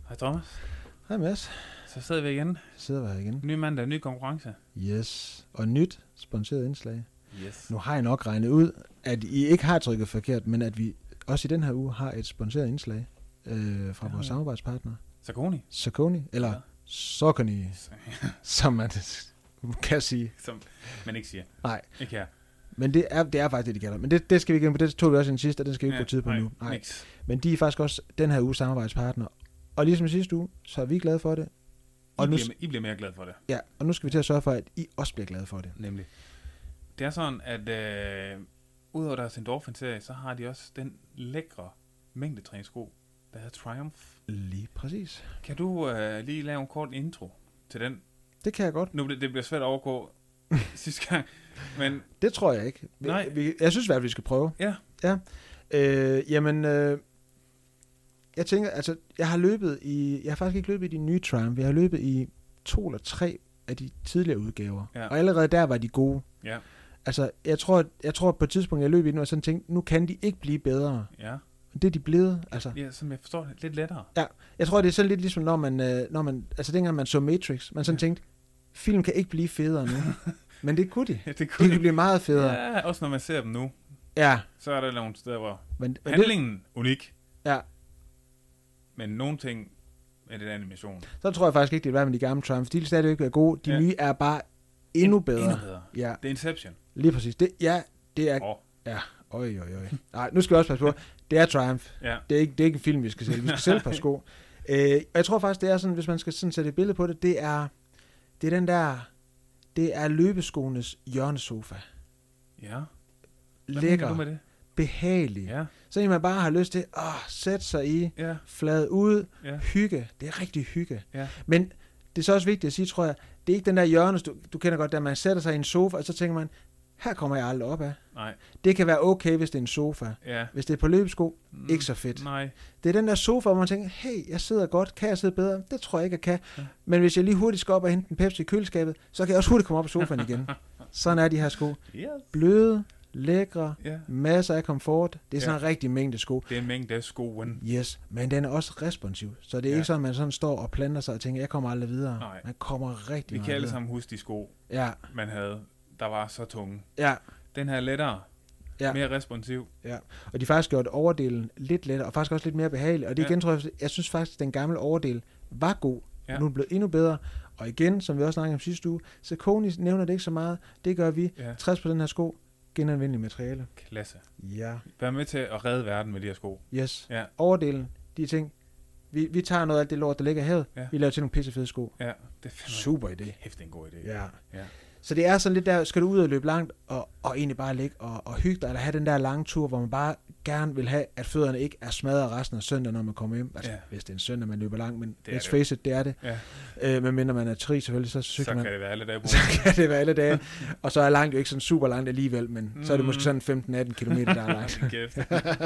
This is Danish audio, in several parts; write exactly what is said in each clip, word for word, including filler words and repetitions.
Hej Thomas. Hej Mads. Så sidder vi igen. Sidder vi her igen. Ny mandag, ny konkurrence. Yes. Og nyt sponsoreret indslag. Yes. Nu har jeg nok regnet ud, at I ikke har trykket forkert, men at vi også i den her uge har et sponsoreret indslag øh, fra Ja, vores ja. samarbejdspartner. Saucony. Saucony, eller Ja. ja. Saucony, som man kan sige. Som man ikke siger. Nej. Ikke her. Men det er, det er faktisk det, de kalder. Men det, det skal vi ikke ind på. Det tog vi også i den sidste, og det skal vi ikke Ja, bruge tid på nej, nu. Nej. Niks. Men de er faktisk også den her uge samarbejdspartner. Og ligesom i sidste uge, så er vi glade for det. Og I, nu, bliver, I bliver mere glad for det. ja, og nu skal vi til at sørge for, at I også bliver glade for det. Nemlig. Det er sådan, at øh, udover deres endorphin-serie, så har de også den lækre mængdetræningssko, der hedder Triumph. Lige præcis. Kan du øh, lige lave en kort intro til den? Det kan jeg godt. Nu det, det bliver svært at overgå sidste gang, men Det tror jeg ikke. Vi, Nej. Vi, jeg synes i hvert fald, vi skal prøve. ja. Ja. Øh, jamen, øh, jeg tænker, altså, jeg har løbet i, jeg har faktisk ikke løbet i de nye Triumph. Jeg har løbet i to eller tre af de tidligere udgaver. Ja. Og allerede der var de gode. Ja. Altså, jeg tror, jeg tror på et tidspunkt, jeg løb i den, og sådan tænkte, nu kan de ikke blive bedre. Ja. Det er de blevet, altså. Ja, som jeg forstår det, lidt lettere. Jeg tror, det er sådan lidt ligesom, når man, øh, når man altså dengang man så Matrix, man sådan Ja. tænkte, film kan ikke blive federe nu. Men det kunne de. Ja, det De kunne kunne blive meget federe. Ja. Ja, også når man ser dem nu, ja. så er der nogle steder, hvor Men, men det, handlingen unik, ja. men nogle ting med den animation. Så tror jeg faktisk ikke, det vil være med de gamle Triumph. De vil stadigvæk være gode. De Ja. ja. nye er bare endnu bedre. Endnu bedre. Ja, Det er Inception. lige præcis. Det, ja, det er... Åh, Ja, øj, øj, øj. Nej, nu skal vi også passe på. Det er Triumph. ja. Det er ikke, det er ikke en film, vi skal sælge. Vi skal sælge et par sko. Øh, og jeg tror faktisk, det er sådan, hvis man skal sådan sætte et billede på det, det er, det er den der... Det er løbeskoenes hjørnesofa. Ja. Hvad Lækker, mener du med det? behagelig. Ja. Så en, man bare har lyst til at sætte sig i, Ja. flade ud, Ja. hygge. Det er rigtig hygge. Ja. Men det er så også vigtigt at sige, tror jeg, det er ikke den der hjørne, du, du kender godt, der man sætter sig i en sofa, og så tænker man, her kommer jeg aldrig op af. Nej. Det kan være okay, hvis det er en sofa. Ja. Hvis det er på løbesko, Mm, ikke så fedt. Nej. Det er den der sofa, hvor man tænker, hey, jeg sidder godt, kan jeg sidde bedre? Det tror jeg ikke, jeg kan. Ja. Men hvis jeg lige hurtigt skal op og hente en Pepsi i køleskabet, så kan jeg også hurtigt komme op på sofaen igen. Sådan er de her sko. Yes. Bløde, lækre, Ja. masser af komfort. Det er sådan Ja. en rigtig mængde sko. Det er en mængde af skoen. Yes, men den er også responsiv. Så det er Ja. ikke sådan, at man sådan står og planter sig og tænker, jeg kommer aldrig videre. Nej. Man kommer rigtig Vi meget kan alle videre. sammen huske de sko, Ja, man havde, der var så tunge. ja, Den her er lettere. Ja. Mere responsiv. ja. Og de har faktisk gjort overdelen lidt lettere, og faktisk også lidt mere behagelig. Og det Ja. igen tror jeg, jeg synes faktisk, at den gamle overdel var god. Ja. Ja. Nu er den blevet endnu bedre. Og igen, som vi også snakkede om sidste uge, Saucony nævner det ikke så meget. Det gør vi. Ja. tres på den her sko. Genanvendelig materiale. Klasse. Ja. Vær med til at redde verden med de her sko. Yes. Ja. Overdelen, de ting. Vi, vi tager noget af alt det lort, der ligger i havet. Ja. Vi laver til nogle pissefede sko. Ja. Det er fandme Super idé. hæftig en god idé. Ja. Ja. Så det er sådan lidt der, skal du ud og løbe langt, og, og egentlig bare ligge og, og hygge dig, eller have den der lange tur, hvor man bare gerne vil have, at fødderne ikke er smadret resten af søndag, når man kommer hjem. Altså, Ja. hvis det er en søndag, man løber langt, men Det er let's det. face it, det er det. Ja. Øh, medmindre man er tri, selvfølgelig, så Så cykler kan man. det være alle dage på. Så kan det være alle dage. Og så er langt jo ikke sådan super langt alligevel, men mm. så er det måske Mm. sådan femten atten kilometer, der er langt. Kæft.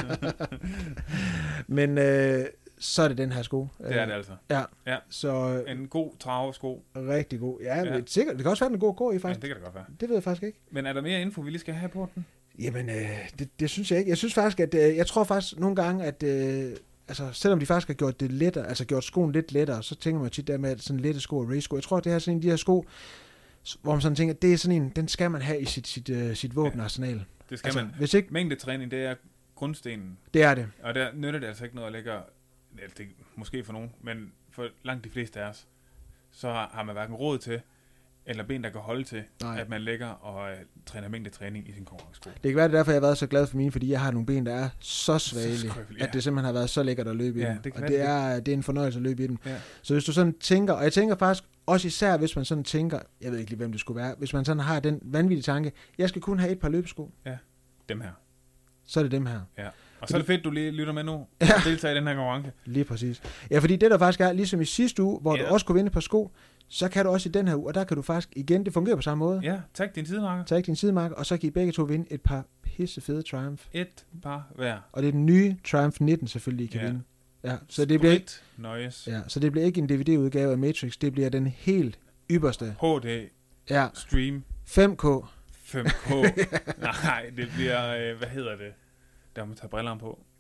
Men øh, så er det den her sko. Det er det altså. Ja. Ja. Så En god travesko. rigtig god. Ja, Ja. ja. Sikkert. Det kan også være, den er god at gå i, Ja, faktisk. det kan det godt være. Det ved jeg faktisk ikke. Men er der mere info, vi lige skal have på den? Jamen, øh, det, det synes jeg ikke. Jeg synes faktisk, at øh, jeg tror faktisk nogle gange, at øh, altså, selvom de faktisk har gjort det lettere, altså gjort skoen lidt lettere, så tænker man tit der med, at sådan lette sko og race-sko. Jeg tror, det er sådan en af de her sko, s- hvor man sådan tænker, det er sådan en, den skal man have i sit, sit, øh, sit våbenarsenal. Det skal Altså, man. hvis ikke, Mængdetræning, det er grundstenen. det er det. Og der nytter det altså ikke noget at lægge, eller det, måske for nogen, men for langt de fleste af os, så har, har man hverken råd til, eller ben, der kan holde til, Nej. at man lægger og øh, træner mængdetræning i sin konkurrencesko. Det kan være, det er derfor, jeg har været så glad for mine, fordi jeg har nogle ben, der er så svage, skrøbelige, ja. at det simpelthen har været så lækkert at løbe i Ja, dem. det kan Og være, det det er, det er en fornøjelse at løbe i dem. Ja. Så hvis du sådan tænker, og jeg tænker faktisk også især, hvis man sådan tænker, jeg ved ikke lige, hvem det skulle være, hvis man sådan har den vanvittige tanke, jeg skal kun have et par løbesko, Dem her. så er det dem her. Og så er det fedt, du lige lytter med nu og Ja. deltager i den her konkurrence. Lige præcis. Ja, fordi det der faktisk er, ligesom i sidste uge, hvor Ja. du også kunne vinde et par sko, så kan du også i den her uge, og der kan du faktisk igen, det fungerer på samme måde, Ja, tag din sidemarker. tag din sidemark, og så kan I begge to vinde et par pissefede Triumph. Et par hver. Og det er den nye Triumph nitten selvfølgelig, I kan Ja. vinde. Ja, så det bliver ikke, Sprit, nøjes. ja, så det bliver ikke en D V D-udgave af Matrix, det bliver den helt ypperste. H D Ja, Stream fem K. fem K. Nej, det bliver, øh, hvad hedder det? Der må tage brillerne på.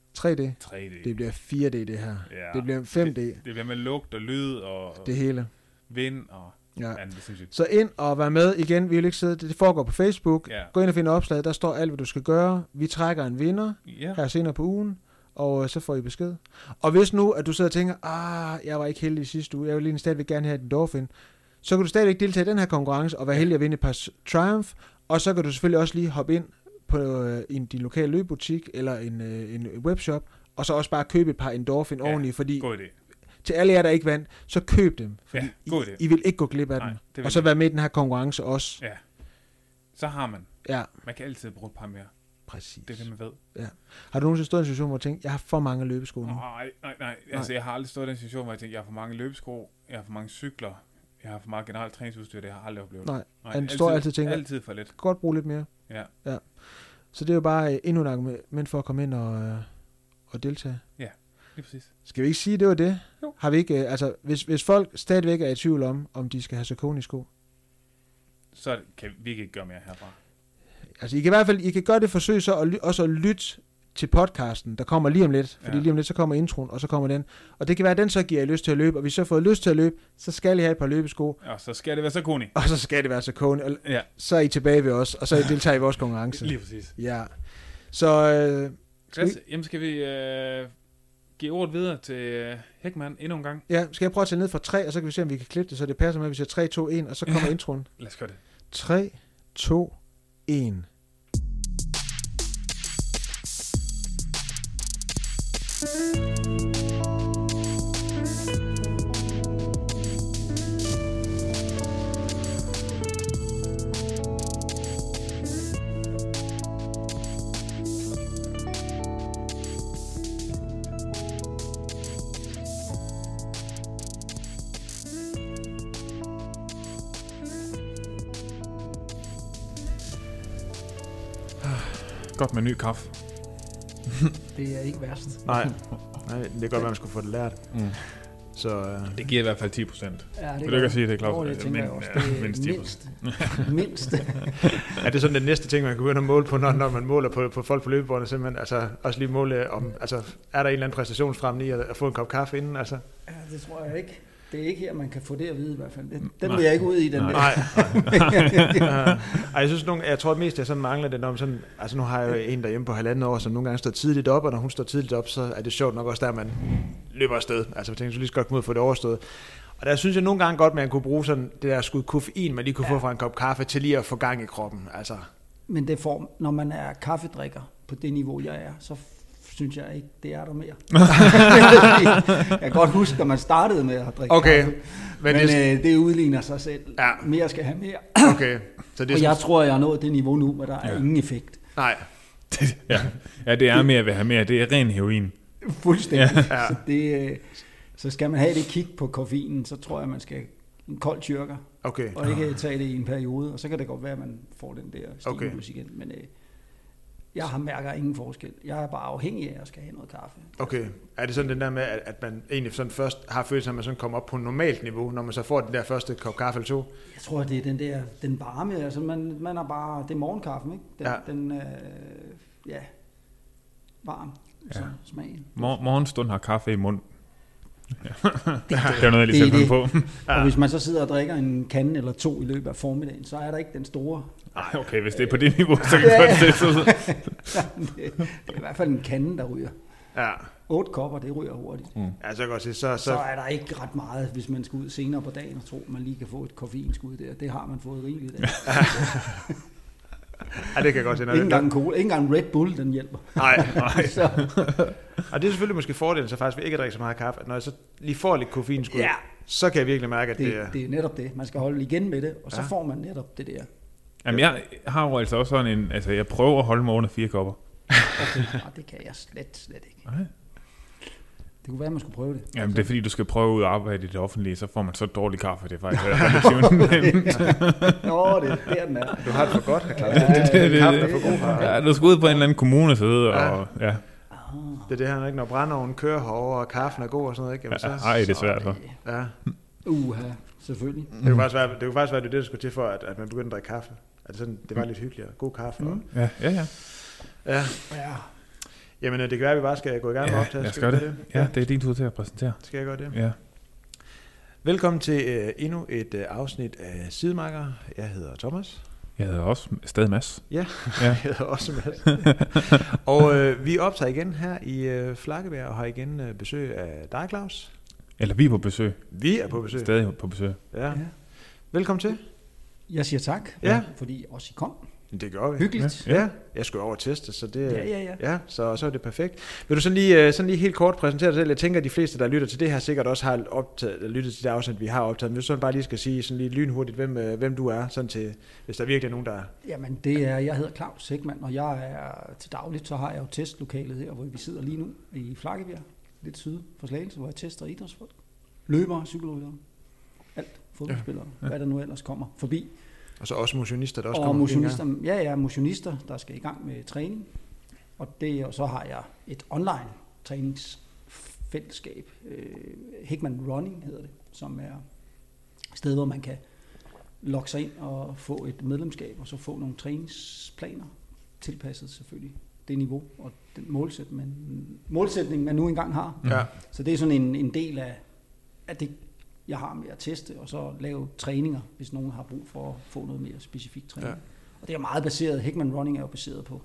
tre D? tre D. Det bliver fire D, det her. Ja. Det bliver fem D. Det, det bliver med lugt og lyd og det hele. Vind og... Ja. Ja, det synes jeg. Så ind og vær med igen. Vi vil ikke sidde. Det foregår på Facebook. Ja. Gå ind og find opslaget. Der står alt, hvad du skal gøre. Vi trækker en vinder Ja. her senere på ugen. Og øh, så får I besked. Og hvis nu, at du sidder og tænker, ah, jeg var ikke heldig i sidste uge. Jeg vil lige stadigvæk gerne have et Endorphin. Så kan du stadigvæk deltage i den her konkurrence og være heldig at vinde et par Triumph. Og så kan du selvfølgelig også lige hoppe ind på øh, en, din lokale løbebutik eller en, øh, en webshop. Og så også bare købe et par Endorphin Ja, oveni. Fordi god idé. til alle jer, der ikke vandt, så køb dem. Fordi Ja, god idé. I, I vil ikke gå glip af Nej, dem. det vil Og så jeg. være med i den her konkurrence også. Ja. Så har man. Ja, Man kan altid bruge et par mere. præcis. Det er det, man ved. Har du nogensinde stået i en situation, hvor du tænker, jeg har for mange løbesko nu? Nej, nej, nej. Altså, jeg har aldrig stået i den situation, hvor jeg tænker, jeg har for mange løbesko, jeg har for mange cykler, jeg har for meget generelt træningsudstyr, det har jeg aldrig oplevet. Nej, han står altid og tænker, altid for lidt. godt bruge lidt mere. Ja. Ja. Så det er jo bare øh, endnu et argument for at komme ind og, øh, og deltage. Lige præcis. Skal vi ikke sige, det var det? Jo. Har vi ikke, øh, altså, hvis, hvis folk stadigvæk er i tvivl om, om de skal have Saucony-sko, Så kan vi ikke gøre mere herfra. altså I kan i hvert fald, I kan gøre det forsøg så, og ly- også at lytte til podcasten, der kommer lige om lidt, fordi Ja. lige om lidt, så kommer introen, og så kommer den. Og det kan være, at den så giver I lyst til at løbe, og hvis I så får lyst til at løbe, så skal I have et par løbesko, Og så skal det være så koni. og så skal det være Saucony, og Ja, så er I tilbage ved os, og så deltager I i vores konkurrence. lige præcis. Ja. Så øh, skal, vi, Klasse. Jamen skal vi øh, give ordet videre til øh, Hækman endnu en gang. ja, skal jeg prøve at tage ned fra tre, og så kan vi se, om vi kan klippe det, så det passer med, at vi siger tre, to, et, og så kommer Ja. introen. Lad os gøre det. tre, to, et. Godt med ny kaffe. Det er ikke værst. Nej, nej, det er godt, at man skulle få det lært. Mm. Så øh, Det giver i hvert fald ti procent. Ja, det Vil du ikke sige det, Claus? Åh, det Altså, tænker men- jeg også. ja, Det er mindst ti mindst. mindst. er det sådan den næste ting, man kan begynde at måle på, når, når man måler på, på folk på løbebåndet, simpelthen, altså også lige måle om, altså er der en eller anden præstationsfrem i at, at få en kop kaffe inden, altså? Ja, det tror jeg ikke. Det er ikke her, man kan få det at vide i hvert fald. Det, den Nej. vil jeg ikke ud i, den Nej. der. Nej. Ej, jeg synes, nogle, jeg tror at mest, jeg sådan mangler det, når man sådan, altså nu har jeg jo en derhjemme på halvanden år, som nogle gange står tidligt op, og når hun står tidligt op, så er det sjovt nok også der, man løber afsted. Altså jeg tænker, så lige så godt komme ud og få det overstået. Og der synes jeg nogle gange godt, man kunne bruge sådan det der skud koffein, man lige kunne ja. få fra en kop kaffe, til lige at få gang i kroppen. Altså. Men det får, når man er kaffedrikker på det niveau, jeg er, så synes jeg ikke, det er der mere. Jeg kan godt huske, at man startede med at drikke Okay. kaffe. Men, Men men det- det, det udligner sig selv. Ja. Mere skal have mere. Okay. Så det er Og jeg sådan, tror, jeg er nået det niveau nu, hvor der er Ja. ingen effekt. nej. ja. ja, det er mere ved at have mere. Det er ren heroin. Fuldstændig. Ja. Så, det, øh, så skal man have det kig på koffeinen, så tror jeg, man skal en kold tyrker, Okay. og ikke tage det i en periode, og så kan det godt være, at man får den der stimulus igen. Men øh, jeg har mærker ingen forskel. Jeg er bare afhængig af at skal have noget kaffe. Okay. Er det sådan den der med, at, at man egentlig sådan først har følelsen af, at man sådan kommer op på normalt niveau, når man så får den der første kop kaffe eller to? Jeg tror, det er den der, den varme, altså man, man er bare, det er morgenkaffen, ikke? Den, Ja. den øh, ja, varm, så Ja. smagen. Mor- morgenstund har kaffe i munden. Ja. Det er noget, jeg lige Det skal er finde på. Ja. Og hvis man så sidder og drikker en kande eller to i løbet af formiddagen, så er der ikke den store. Ej, okay, hvis det er på det niveau, så kan vi godt se så. det, det er i hvert fald en kande, der ryger. Ja. Otte kopper, det ryger hurtigt. Mm. Ja, så kan jeg godt se, så, Så så, er der ikke ret meget, hvis man skal ud senere på dagen og tro, man lige kan få et koffeinskud der. Det har man fået rigeligt af. ja, det kan jeg godt se. Når Ikke det, engang cola, ikke engang Red Bull, den hjælper. nej, nej. Så, Og det er selvfølgelig måske fordelen, så faktisk ved ikke at drikke så meget kaffe, at når jeg så lige får lidt koffeinskud, ja, så kan jeg virkelig mærke, at det, det, er... det er netop det. Man skal holde igen med det, og så Ja. får man netop det der. Jamen, jeg har jo altså også sådan en... Altså, jeg prøver at holde mig under fire kopper. Okay, nej, det kan jeg slet, slet ikke. Nej. Det kunne være, at man skulle prøve det. Jamen, det er fordi, du skal prøve ud at arbejde i det offentlige, så får man så dårlig kaffe. Det er faktisk relativt nemt. Nå, det er der, den er. Du har det for godt, Klaus. Ja, det- det- det- Kaffe er for god her. Ja, du skal ud på en eller anden kommune og sidde og... Ja. Ah, Det er det her, ikke? Når brændeovnen kører herovre, og kaffen er god og sådan noget, ikke? Jamen, så, Ja, ej, det er svært så. ja. Uha, selvfølgelig. Det kunne faktisk være, det kunne faktisk være det, det der skulle til for, at, at man begyndte at drikke kaffe. At det, sådan, det var lidt hyggeligere. God kaffe. Mm. Og, Ja, ja, ja. ja. Ja. Jamen, det kan være, at vi bare skal gå i gang med Ja, optagelsen. lad os gøre det. Ja, det er din tur til at præsentere. Skal jeg gøre det? Ja. Velkommen til uh, endnu et uh, afsnit af Sidemarker. Jeg hedder Thomas. Jeg hedder også stadig Mads. Ja, Ja. jeg hedder også Mads. Og uh, vi optager igen her i uh, Flakkebjerg og har igen uh, besøg af dig, Claus. Eller vi er på besøg. Vi er på besøg. Stadig på besøg. Ja. Ja. Velkommen til. Jeg siger tak, Ja. fordi også I kom. Det gør vi. Hyggeligt. Ja, jeg skulle over og teste, så det, Ja, ja, ja. ja så, så er det perfekt. Vil du sådan lige, sådan lige helt kort præsentere dig selv? Jeg tænker, at de fleste, der lytter til det her, sikkert også har optaget, lyttet til det afsnit, vi har optaget. Men hvis du sådan bare lige skal sige sådan lige lynhurtigt, hvem, hvem du er, sådan til, hvis der virkelig er nogen, der... Jamen, det er, jeg hedder Claus Hækman, og jeg er til dagligt, så har jeg jo testlokalet her, hvor vi sidder lige nu i Flakkebjerg, lidt syd for Slagelse, hvor jeg tester idrætsfolk. Løbere, cykelryttere, alt, fodboldspillere, ja. Ja. Hvad der nu ellers kommer forbi. Og så også motionister, der også og kommer motionister, ja, ja, motionister, der skal i gang med træning. Og, det, og så har jeg et online træningsfællesskab, øh, Hækman Running hedder det, som er et sted, hvor man kan logge sig ind og få et medlemskab, og så få nogle træningsplaner, tilpasset selvfølgelig det niveau og den målsætning, man, målsætning, man nu engang har. Ja. Så det er sådan en, en del af, af det, jeg har med at teste, og så lave træninger, hvis nogen har brug for at få noget mere specifik træning. Ja. Og det er meget baseret, Hækman Running er jo baseret på,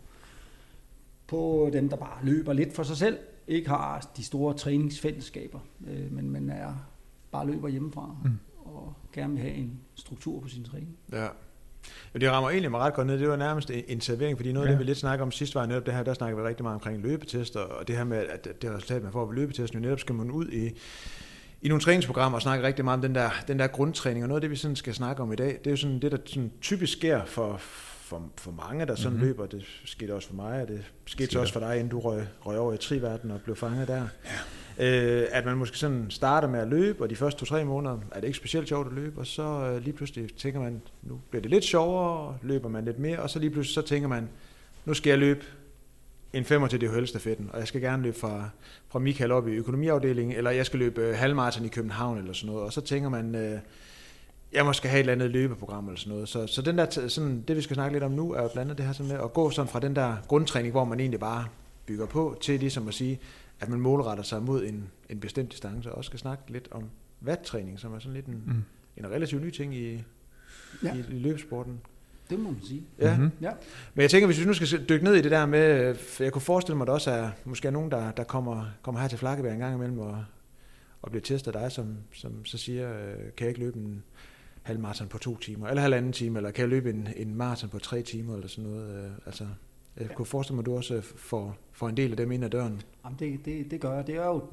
på dem, der bare løber lidt for sig selv, ikke har de store træningsfællesskaber, øh, men, men er bare løber hjemmefra, mm. og gerne vil have en struktur på sin træning. Ja. Og det rammer egentlig mig ret godt ned. Det var nærmest en servering, fordi noget ja. af det, vi lidt snakker om sidste var netop det her, der snakker vi rigtig meget omkring løbetester, og det her med, at det resultat, man får ved løbetesten, netop skal man ud i i nogle træningsprogrammer og snakke rigtig meget om den der, den der grundtræning, og noget af det, vi sådan skal snakke om i dag, det er jo sådan det, der sådan typisk sker for, for, for mange, der sådan mm-hmm. løber. Det skete også for mig, og det skete Skidt. også for dig, inden du røg, røg over i triverdenen og blev fanget der. Ja. Øh, at man måske sådan starter med at løbe, og de første to-tre måneder er det ikke specielt sjovt at løbe, og så øh, lige pludselig tænker man, nu bliver det lidt sjovere, løber man lidt mere, og så lige pludselig så tænker man, nu skal jeg løbe en femmer til D H L-stafetten, og jeg skal gerne løbe fra, fra Michael op i økonomiafdelingen, eller jeg skal løbe halvmarathon i København, eller sådan noget, og så tænker man, øh, jeg må skal have et eller andet løbeprogram, eller sådan noget. Så, så den der, sådan, det vi skal snakke lidt om nu, er jo blandt andet det her sådan med at gå sådan fra den der grundtræning, hvor man egentlig bare bygger på, til ligesom at sige, at man målretter sig mod en, en bestemt distance, og også skal snakke lidt om watt-træning, som er sådan lidt en, mm. en relativt ny ting i, ja. i, i løbesporten. Det må man sige. Ja. Mm-hmm. Ja. Men jeg tænker, hvis vi nu skal dykke ned i det der med, jeg kunne forestille mig, at der også er måske er nogen, der, der kommer, kommer her til Flakkebjerg en gang imellem og, og bliver testet af dig, som, som så siger, kan jeg ikke løbe en halv maraton på to timer, eller halvanden time, eller kan jeg løbe en, en maraton på tre timer, eller sådan noget. Altså, jeg ja. kunne forestille mig, at du også får, får en del af dem ind ad døren. Jamen det, det, det gør jeg. Det er jo,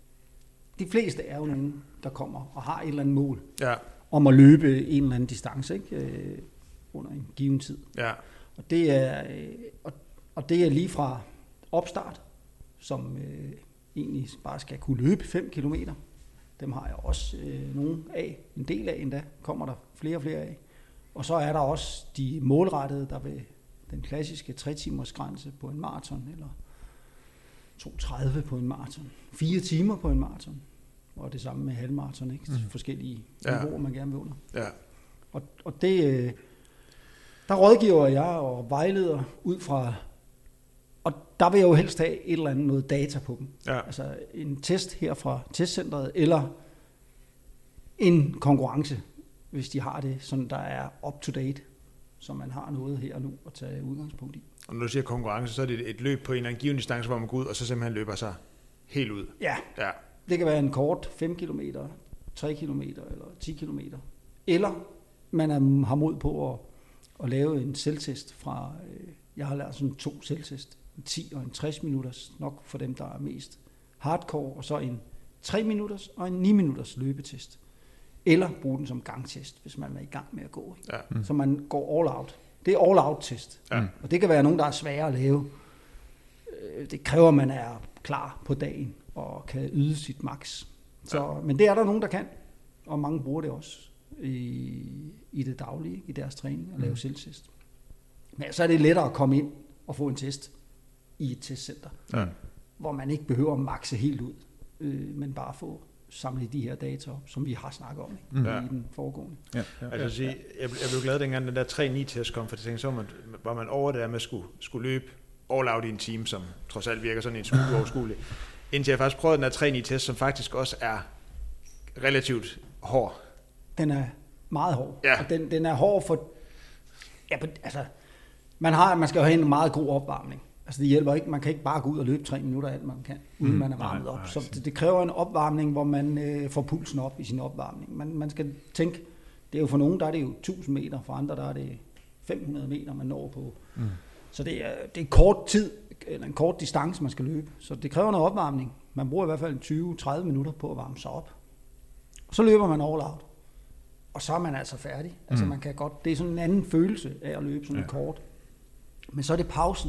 de fleste er jo nogen, der kommer og har et eller andet mål ja. om at løbe en eller anden distance, ikke? Under en given tid. Ja. Og det er og, og det er lige fra opstart, som øh, egentlig bare skal kunne løbe fem kilometer. Dem har jeg også øh, nogle af, en del af endda, kommer der flere og flere af. Og så er der også de målrettede, der vil den klassiske tre timers grænse på en maraton, eller to tredive på en maraton, fire timer på en maraton, og det samme med halvmaraton, ikke? Mm. Forskellige ja. niveauer, man gerne vil under. Ja. Og, og det... Øh, Der rådgiver jeg og vejleder ud fra, og der vil jeg jo helst have et eller andet noget data på dem. Ja. Altså en test her fra testcentret, eller en konkurrence, hvis de har det, sådan der er up to date, så man har noget her og nu at tage udgangspunkt i. Og når du siger konkurrence, så er det et løb på en eller anden given distance, hvor man går ud, og så simpelthen løber sig helt ud. Ja, ja. Det kan være en kort fem kilometer, tre kilometer eller ti kilometer. Eller man er, har mod på at og lave en selvtest fra, øh, jeg har lært sådan to selvtest, en ti og en tres minutters, nok for dem, der er mest hardcore, og så en tre minutters og en ni minutters løbetest. Eller bruge den som gangtest, hvis man er i gang med at gå. Ja. Mm. Så man går all out. Det er all out test. Ja. Og det kan være nogen, der er svære at lave. Det kræver, at man er klar på dagen og kan yde sit max. Så, ja. Men det er der nogen, der kan, og mange bruger det også i, i det daglige, i deres træning, at lave mm. selvtest. Men så er det lettere at komme ind og få en test i et testcenter, ja. Hvor man ikke behøver at makse helt ud, øh, men bare få samlet de her data op, som vi har snakket om mm. ja. i den foregående. Ja. Ja. Altså, sige, jeg, jeg blev glad dengang, den der tre ni test kom, for det tænkte, så man, var man over det der med at skulle, skulle løbe all out i en team, som trods alt virker sådan en smule uoverskuelig. Indtil jeg faktisk prøvede den her tre ni test, som faktisk også er relativt hård. Den er meget hård. Ja. Og den, den er hård for... Ja, altså, man, har, man skal jo have en meget god opvarmning. Altså det hjælper ikke, man kan ikke bare gå ud og løbe tre minutter alt man kan, uden mm, man er varmet nej, op. Nej, så det, det kræver en opvarmning, hvor man øh, får pulsen op i sin opvarmning. Man, man skal tænke, det er jo for nogen, der er det jo tusind meter, for andre der er det fem hundrede meter, man når på. Mm. Så det er, det er kort tid, eller en kort distance, man skal løbe. Så det kræver noget opvarmning. Man bruger i hvert fald tyve til tredive minutter på at varme sig op. Og så løber man all out. Og så er man altså færdig. Altså mm. man kan godt, det er sådan en anden følelse af at løbe sådan ja. kort. Men så er det pausen.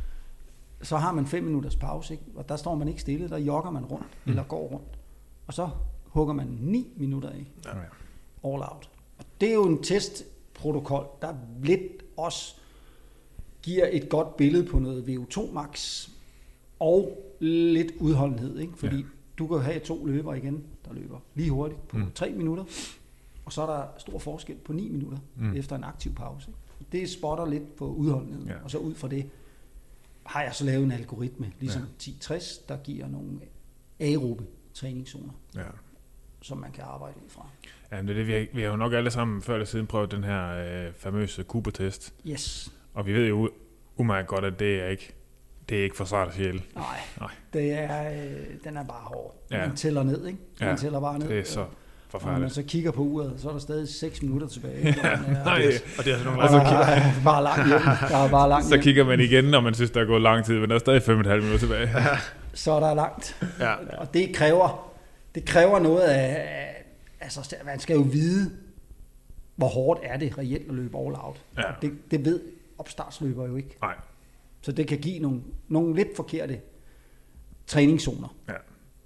Så har man fem minutters pause, ikke? Og der står man ikke stille, der jogger man rundt, mm. eller går rundt. Og så hugger man ni minutter af. Ja. All out. Og det er jo en testprotokol, der lidt også giver et godt billede på noget V O to max og lidt udholdenhed, ikke? Fordi ja. du kan have to løbere igen, der løber lige hurtigt på mm. tre minutter, og så er der stor forskel på ni minutter mm. efter en aktiv pause. Det spotter lidt på udholdenheden, ja. og så ud fra det har jeg så lavet en algoritme, ligesom ja. ti tres, der giver nogle aerobe træningszoner, ja. som man kan arbejde ud fra. Ja, men det er det, vi har, vi har jo nok alle sammen før eller siden prøvet den her øh, famøse Cooper-test. Yes. Og vi ved jo umiddelbart godt, at det er ikke, det er ikke for sart og sjæl. Nej, Nej, det er, øh, den er bare hård. Ja. Man tæller ned, ikke? Man ja, tæller bare ned. Det er så forfærdeligt. Og når man så kigger på uret, så er der stadig seks minutter tilbage. Ja, er, nej, og det er altså nogle og så kigger, er bare langt hjem. Der er bare langt så hjem. Kigger man igen, når man synes, der er gået lang tid, men der er stadig fem og et halvt minutter tilbage. Ja. Så er der langt. Ja. Og det kræver, det kræver noget af, altså man skal jo vide, hvor hårdt er det reelt at løbe all out. Ja. Det, det ved opstartsløber jo ikke. Nej. Så det kan give nogle, nogle lidt forkerte træningszoner. Ja.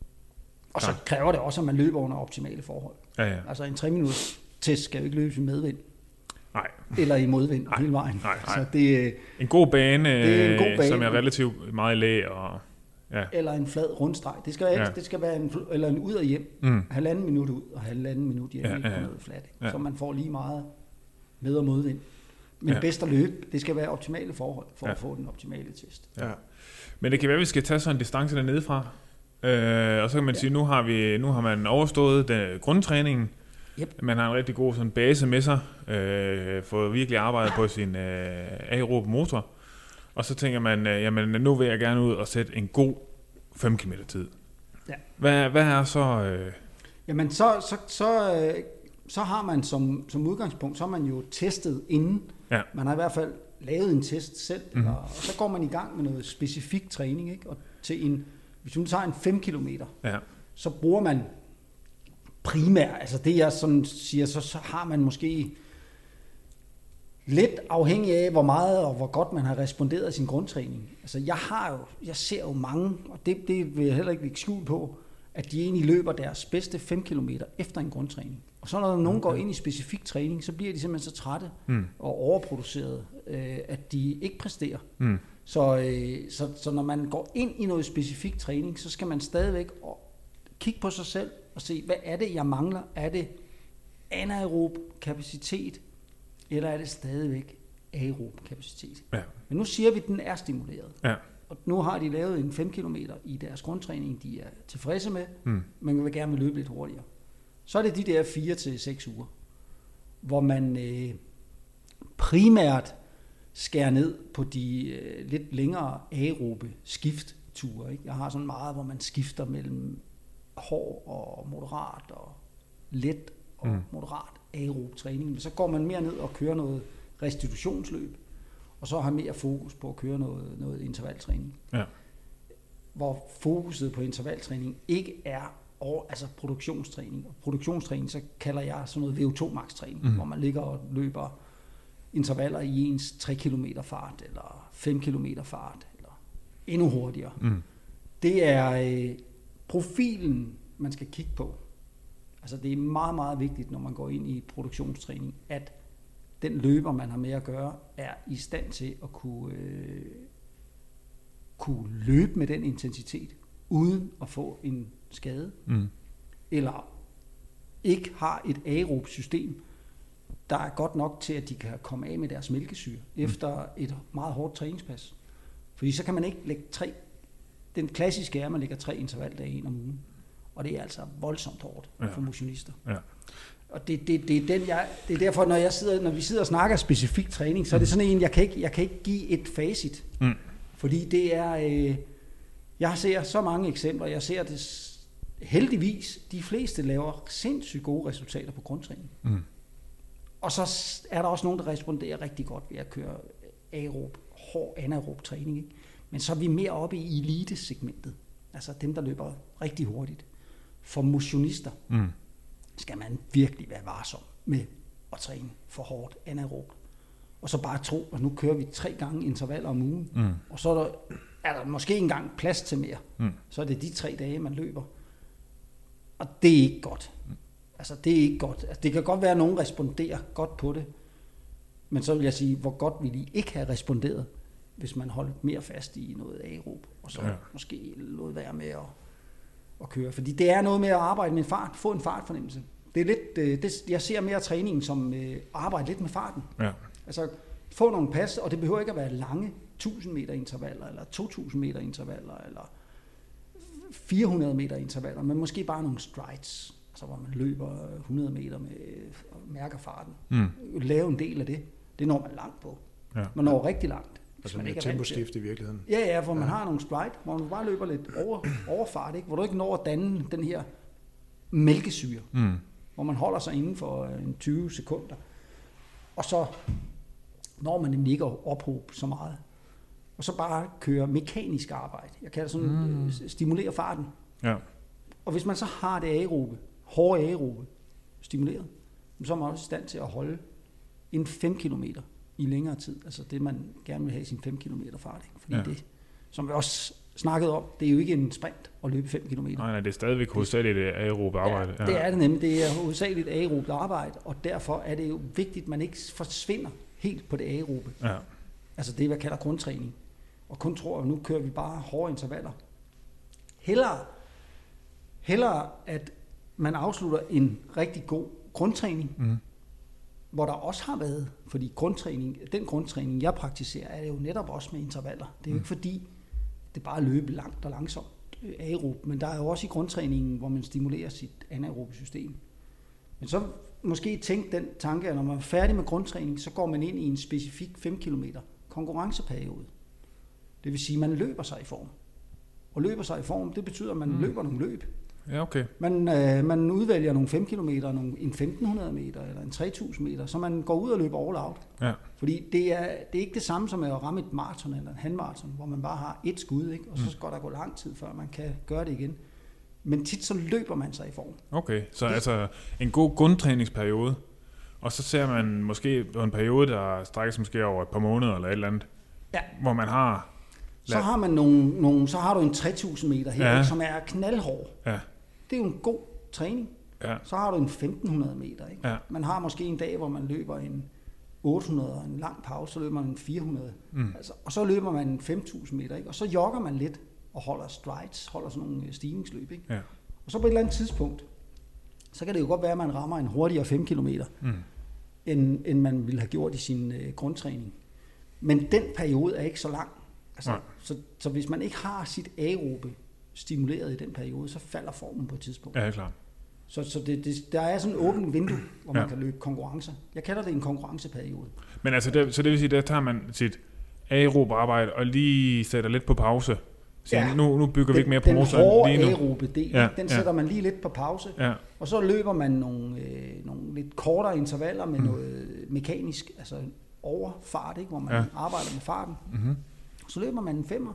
Og så ja. kræver det også, at man løber under optimale forhold. Ja, ja. Altså en tre minutters test skal jo ikke løbes i medvind. Nej. Eller i modvind nej. hele vejen. Nej, nej. Så det, en god bane, det er en god bane, som er relativt meget i læ. Og, ja. Eller en flad rundstreg. Det skal, ikke, ja. det skal være en, eller en ud og hjem. Mm. Halvanden minut ud og halvanden minut hjem. Ja, ja, ja. Noget flat, ja. Så man får lige meget med- og modvind. Men ja. bedst at løbe, det skal være optimale forhold for ja. at få den optimale test. Ja. Men det kan være, at vi skal tage sådan en distance dernede fra. Øh, og så kan man ja. sige, nu har vi nu har man overstået den, grundtræningen. Yep. Man har en rigtig god sådan base med sig, øh, fået virkelig arbejdet på sin øh, aerobe motor. Og så tænker man, øh, jamen nu vil jeg gerne ud og sætte en god fem kilometer tid. Ja. Hvad, hvad er så... Øh... Jamen så, så, så, øh, så har man som, som udgangspunkt, så har man jo testet inden. Ja. Man har i hvert fald lavet en test selv, mm-hmm. og, og så går man i gang med noget specifik træning, ikke? Og til en, hvis du tager en fem kilometer, ja. så bruger man primært, altså det jeg sådan siger, så, så har man måske lidt afhængig af, hvor meget og hvor godt man har responderet af sin grundtræning. Altså jeg har jo, jeg ser jo mange, og det, det vil jeg heller ikke lægge skjul på, at de egentlig løber deres bedste fem kilometer efter en grundtræning. Og så når nogen går ind i specifik træning, så bliver de simpelthen så trætte mm. og overproduceret, øh, at de ikke præsterer. Mm. Så, øh, så, så når man går ind i noget specifik træning, så skal man stadigvæk kigge på sig selv og se, hvad er det, jeg mangler? Er det anaerob kapacitet, eller er det stadigvæk aerob kapacitet? Ja. Men nu siger vi, at den er stimuleret. Ja. Og nu har de lavet en fem kilometer i deres grundtræning, de er tilfredse med, mm. men vil gerne løbe lidt hurtigere. Så er det de der fire til seks uger, hvor man øh, primært skærer ned på de øh, lidt længere aerobe skiftture. Ikke? Jeg har sådan meget, hvor man skifter mellem hård og moderat og let og mm. moderat aerob træning. Men så går man mere ned og kører noget restitutionsløb, og så har mere fokus på at køre noget, noget intervaltræning. Ja. Hvor fokuset på intervaltræning ikke er over, altså produktionstræning. Og produktionstræning, så kalder jeg sådan noget V O to max træning, mm. hvor man ligger og løber intervaller i ens tre kilometer fart, eller fem kilometer fart, eller endnu hurtigere. Mm. Det er øh, profilen, man skal kigge på. Altså det er meget, meget vigtigt, når man går ind i produktionstræning, at den løber, man har med at gøre, er i stand til at kunne, øh, kunne løbe med den intensitet, uden at få en skade, mm. eller ikke har et aerob system, der er godt nok til, at de kan komme af med deres mælkesyre mm. efter et meget hårdt træningspas. Fordi så kan man ikke lægge tre. Den klassiske er, at man lægger tre intervaldage ind om ugen. Og det er altså voldsomt hårdt ja. for motionister. Ja. Og det, det, det, er den, jeg, det er derfor, når, jeg sidder, når vi sidder og snakker specifik træning, så er det sådan en, jeg kan ikke, jeg kan ikke give et facit. Mm. Fordi det er, øh, jeg ser så mange eksempler, jeg ser det heldigvis, de fleste laver sindssygt gode resultater på grundtræning. Mm. Og så er der også nogen, der responderer rigtig godt ved at køre aerob, hård anaerob træning. Ikke? Men så er vi mere oppe i elite-segmentet. Altså dem, der løber rigtig hurtigt. For motionister mm. skal man virkelig være varsom med at træne for hårdt anaerob. Og så bare tro, at nu kører vi tre gange intervaller om ugen. Mm. Og så er der, er der måske ikke engang plads til mere. Mm. Så er det de tre dage, man løber. Og det er ikke godt. Mm. Altså det er ikke godt. Altså, det kan godt være, at nogen responderer godt på det. Men så vil jeg sige, hvor godt ville I ikke have responderet, hvis man holdt mere fast i noget aerob, og så ja. måske lod være med at, at køre. Fordi det er noget med at arbejde med fart, få en fartfornemmelse. Det er lidt, det, jeg ser mere træningen som øh, arbejde lidt med farten. Ja. Altså få nogle pas, og det behøver ikke at være lange tusind meter intervaller, eller to tusind meter intervaller, eller fire hundrede meter intervaller, men måske bare nogle strides, altså hvor man løber hundrede meter med og mærker farten. Mm. Lave en del af det. Det når man langt på. Ja. Man når rigtig langt. Altså med temposkift i virkeligheden. Ja, ja, hvor man ja. har nogle stride, hvor man bare løber lidt over, over fart, ikke? Hvor du ikke når at danne den her mælkesyre, mm. hvor man holder sig inden for en tyve sekunder. Og så når man nemlig ikke at ophobe så meget. Og så bare køre mekanisk arbejde. Jeg kan sådan mm. stimulere farten. Ja. Og hvis man så har det aerobe, hårde aerobe, stimuleret, så er man også i stand til at holde en fem kilometer i længere tid. Altså det, man gerne vil have i sin fem kilometer fart. Ikke? Fordi ja. det, som vi også snakkede om, det er jo ikke en sprint at løbe fem kilometer. Nej, nej, det er stadigvæk hovedsageligt aerobe arbejde. Ja, det er det nemlig. Det er hovedsageligt aerobe arbejde, og derfor er det jo vigtigt, at man ikke forsvinder helt på det aerobe. Ja. Altså det, jeg kalder grundtræning. Og kun tror, at nu kører vi bare hårde intervaller. Hellere, hellere at man afslutter en rigtig god grundtræning, mm. hvor der også har været, fordi grundtræning, den grundtræning, jeg praktiserer, er det jo netop også med intervaller. Det er jo mm. ikke fordi, det bare løber langt og langsomt aerob, men der er jo også i grundtræningen, hvor man stimulerer sit anaerobe system. Men så måske tænk den tanke, at når man er færdig med grundtræning, så går man ind i en specifik fem kilometer konkurrenceperiode. Det vil sige, at man løber sig i form. Og løber sig i form, det betyder, at man mm. løber nogle løb. Ja, okay. Man, øh, man udvælger nogle fem kilometer, nogle, en femten hundrede meter eller en tre tusind meter, så man går ud og løber all out. Ja. Fordi det er, det er ikke det samme som at ramme et maraton eller en halvmaraton, hvor man bare har et skud, ikke? Og så skal der gå lang tid, før man kan gøre det igen. Men tit så løber man sig i form. Okay, så det, altså en god grundtræningsperiode, og så ser man måske på en periode, der strækker sig måske over et par måneder eller et eller andet, ja. hvor man har... Så har man nogle, nogle, så har du en tre tusind meter her, ja. som er knaldhård. Ja. Det er jo en god træning. Ja. Så har du en femten hundrede meter. Ikke? Ja. Man har måske en dag, hvor man løber en otte hundrede og en lang pause, så løber man en fire hundrede. Mm. Altså, og så løber man en fem tusind meter. Ikke? Og så jogger man lidt og holder strides, holder sådan nogle stigningsløb. Ikke? Ja. Og så på et eller andet tidspunkt, så kan det jo godt være, at man rammer en hurtigere fem kilometer, mm. end, end man ville have gjort i sin øh, grundtræning. Men den periode er ikke så lang. Altså, ja. så, så hvis man ikke har sit aerobe stimuleret i den periode, så falder formen på et tidspunkt. Ja, klar. Så, så det, det, der er sådan en åben vindue, hvor man ja. kan løbe konkurrencer. Jeg kalder det en konkurrenceperiode. Men altså, det, så det vil sige, der tager man sit aerobe arbejde og lige sætter lidt på pause. Så ja. nu, nu bygger den, vi ikke mere på motoren lige nu. Den hårde aerobe del, ja. den sætter ja. man lige lidt på pause. Ja. Og så løber man nogle, øh, nogle lidt kortere intervaller med mm. noget mekanisk, altså overfart, ikke, hvor man ja. arbejder med farten. Mm-hmm. Så løber man en femmer.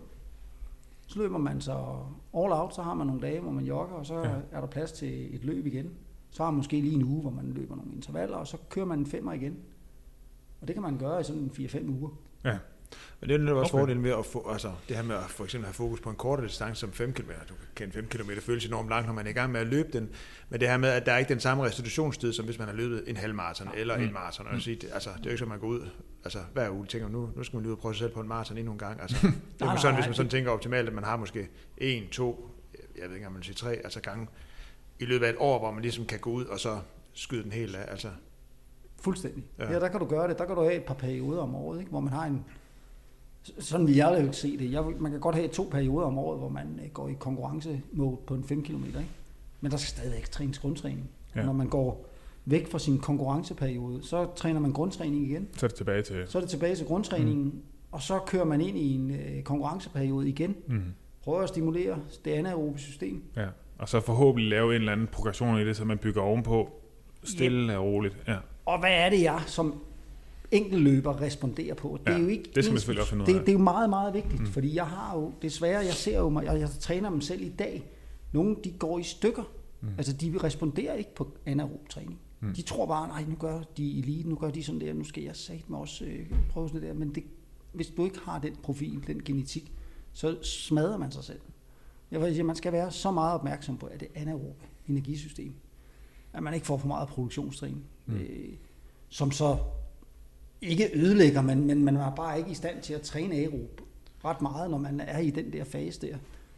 Så løber man så all out, så har man nogle dage, hvor man jogger, og så ja. er der plads til et løb igen. Så har man måske lige en uge, hvor man løber nogle intervaller, og så kører man en femmer igen. Og det kan man gøre i sådan fire fem uger. Ja. Men det er jo også okay. fordelen ved at få, altså det her med at for eksempel have fokus på en kortere distance som fem kilometer. Du kan fem kilometer føles enormt langt, når man er i gang med at løbe den. Men det her med, at der er ikke den samme restitutionstid, som hvis man har løbet en halvmaraton ja. eller mm. en maraton. Og sige, det, altså, det er jo ikke så, man går ud altså, hver uge tænker, nu, nu skal man lige ud og prøve sig selv på en maraton endnu en gang. Altså, det er nej, sådan, nej, hvis man sådan tænker optimalt, at man har måske en, to, jeg ved ikke om man siger tre, altså gange i løbet af et år, hvor man ligesom kan gå ud og så skyde den helt af. Altså. Fuldstændig. Ja. Ja, der kan du gøre det. Der kan du have et par perioder om året, ikke? Hvor man har en Sådan vil jeg jo ikke se det. Jeg, man kan godt have to perioder om året, hvor man går i konkurrencemode på en fem kilometer, ikke? Men der skal stadigvæk trænes grundtræning. Ja. Når man går væk fra sin konkurrenceperiode, så træner man grundtræning igen. Så er det tilbage til, så er det tilbage til grundtræningen, mm. og så kører man ind i en øh, konkurrenceperiode igen. Mm. Prøver at stimulere det anaerobe system. Ja. Og så forhåbentlig lave en eller anden progression i det, så man bygger ovenpå stille yep. og roligt. Ja. Og hvad er det, jeg som enkelt responderer på? Det ja, er jo ikke det skal man selvfølgelig også finde ud af. Det, det er jo meget, meget vigtigt, mm. fordi jeg har jo, desværre, jeg ser jo mig, jeg, jeg træner dem selv i dag, nogle de går i stykker, mm. altså de responderer ikke på anaerob træning. Mm. De tror bare, nej, nu gør de elite, nu gør de sådan der, nu skal jeg satme også øh, prøve sådan der, men det, hvis du ikke har den profil, den genetik, så smadrer man sig selv. Jeg vil sige, man skal være så meget opmærksom på, at det anaerobe energisystem, at man ikke får for meget produktionstræning, mm. øh, som så ikke ødelægger, men, men man er bare ikke i stand til at træne aerob ret meget, når man er i den der fase der.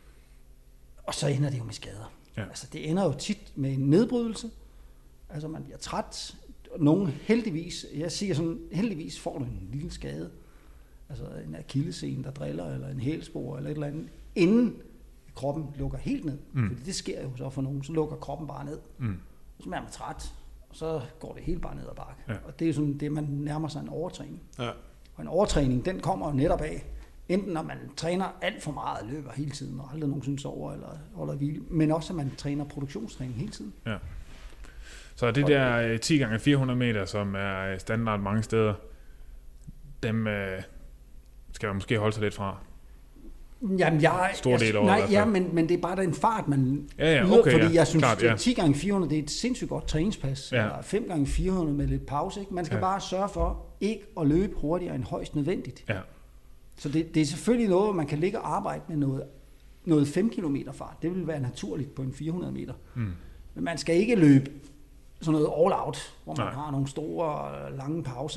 Og så ender det jo med skader. Ja. Altså det ender jo tit med en nedbrydelse, altså man bliver træt, nogen heldigvis, jeg siger sådan, heldigvis får du en lille skade, altså en akillessene, der driller, eller en hælspor, eller et eller andet, inden kroppen lukker helt ned. Mm. Fordi det sker jo så for nogen, så lukker kroppen bare ned. Mm. Så er man træt, og så går det helt bare ned ad bakke. Ja. Og det er jo sådan det, man nærmer sig en overtræning. Ja. Og en overtræning, den kommer jo netop af, enten når man træner alt for meget, løber hele tiden, og aldrig nogensinde sover eller holder hvile, men også at man træner produktionstræning hele tiden. Ja. Så det der ti gange fire hundrede meter, som er standard mange steder, dem øh, skal man måske holde sig lidt fra. Jamen, jeg, Stor del over, nej, ja, men, men det er bare den fart, man ja, ja, okay, yder, fordi ja, jeg synes, klart, ja. ti gange fire hundrede, det er et sindssygt godt træningspas, ja. Eller fem gange fire hundrede med lidt pause, ikke? Man skal ja. bare sørge for ikke at løbe hurtigere end højst nødvendigt. Ja. Så det, det er selvfølgelig noget, hvor man kan ligge og arbejde med noget, noget fem kilometer fart. Det vil være naturligt på en fire hundrede meter. Mm. Men man skal ikke løbe sådan noget all out, hvor man nej. har nogle store, lange pauser,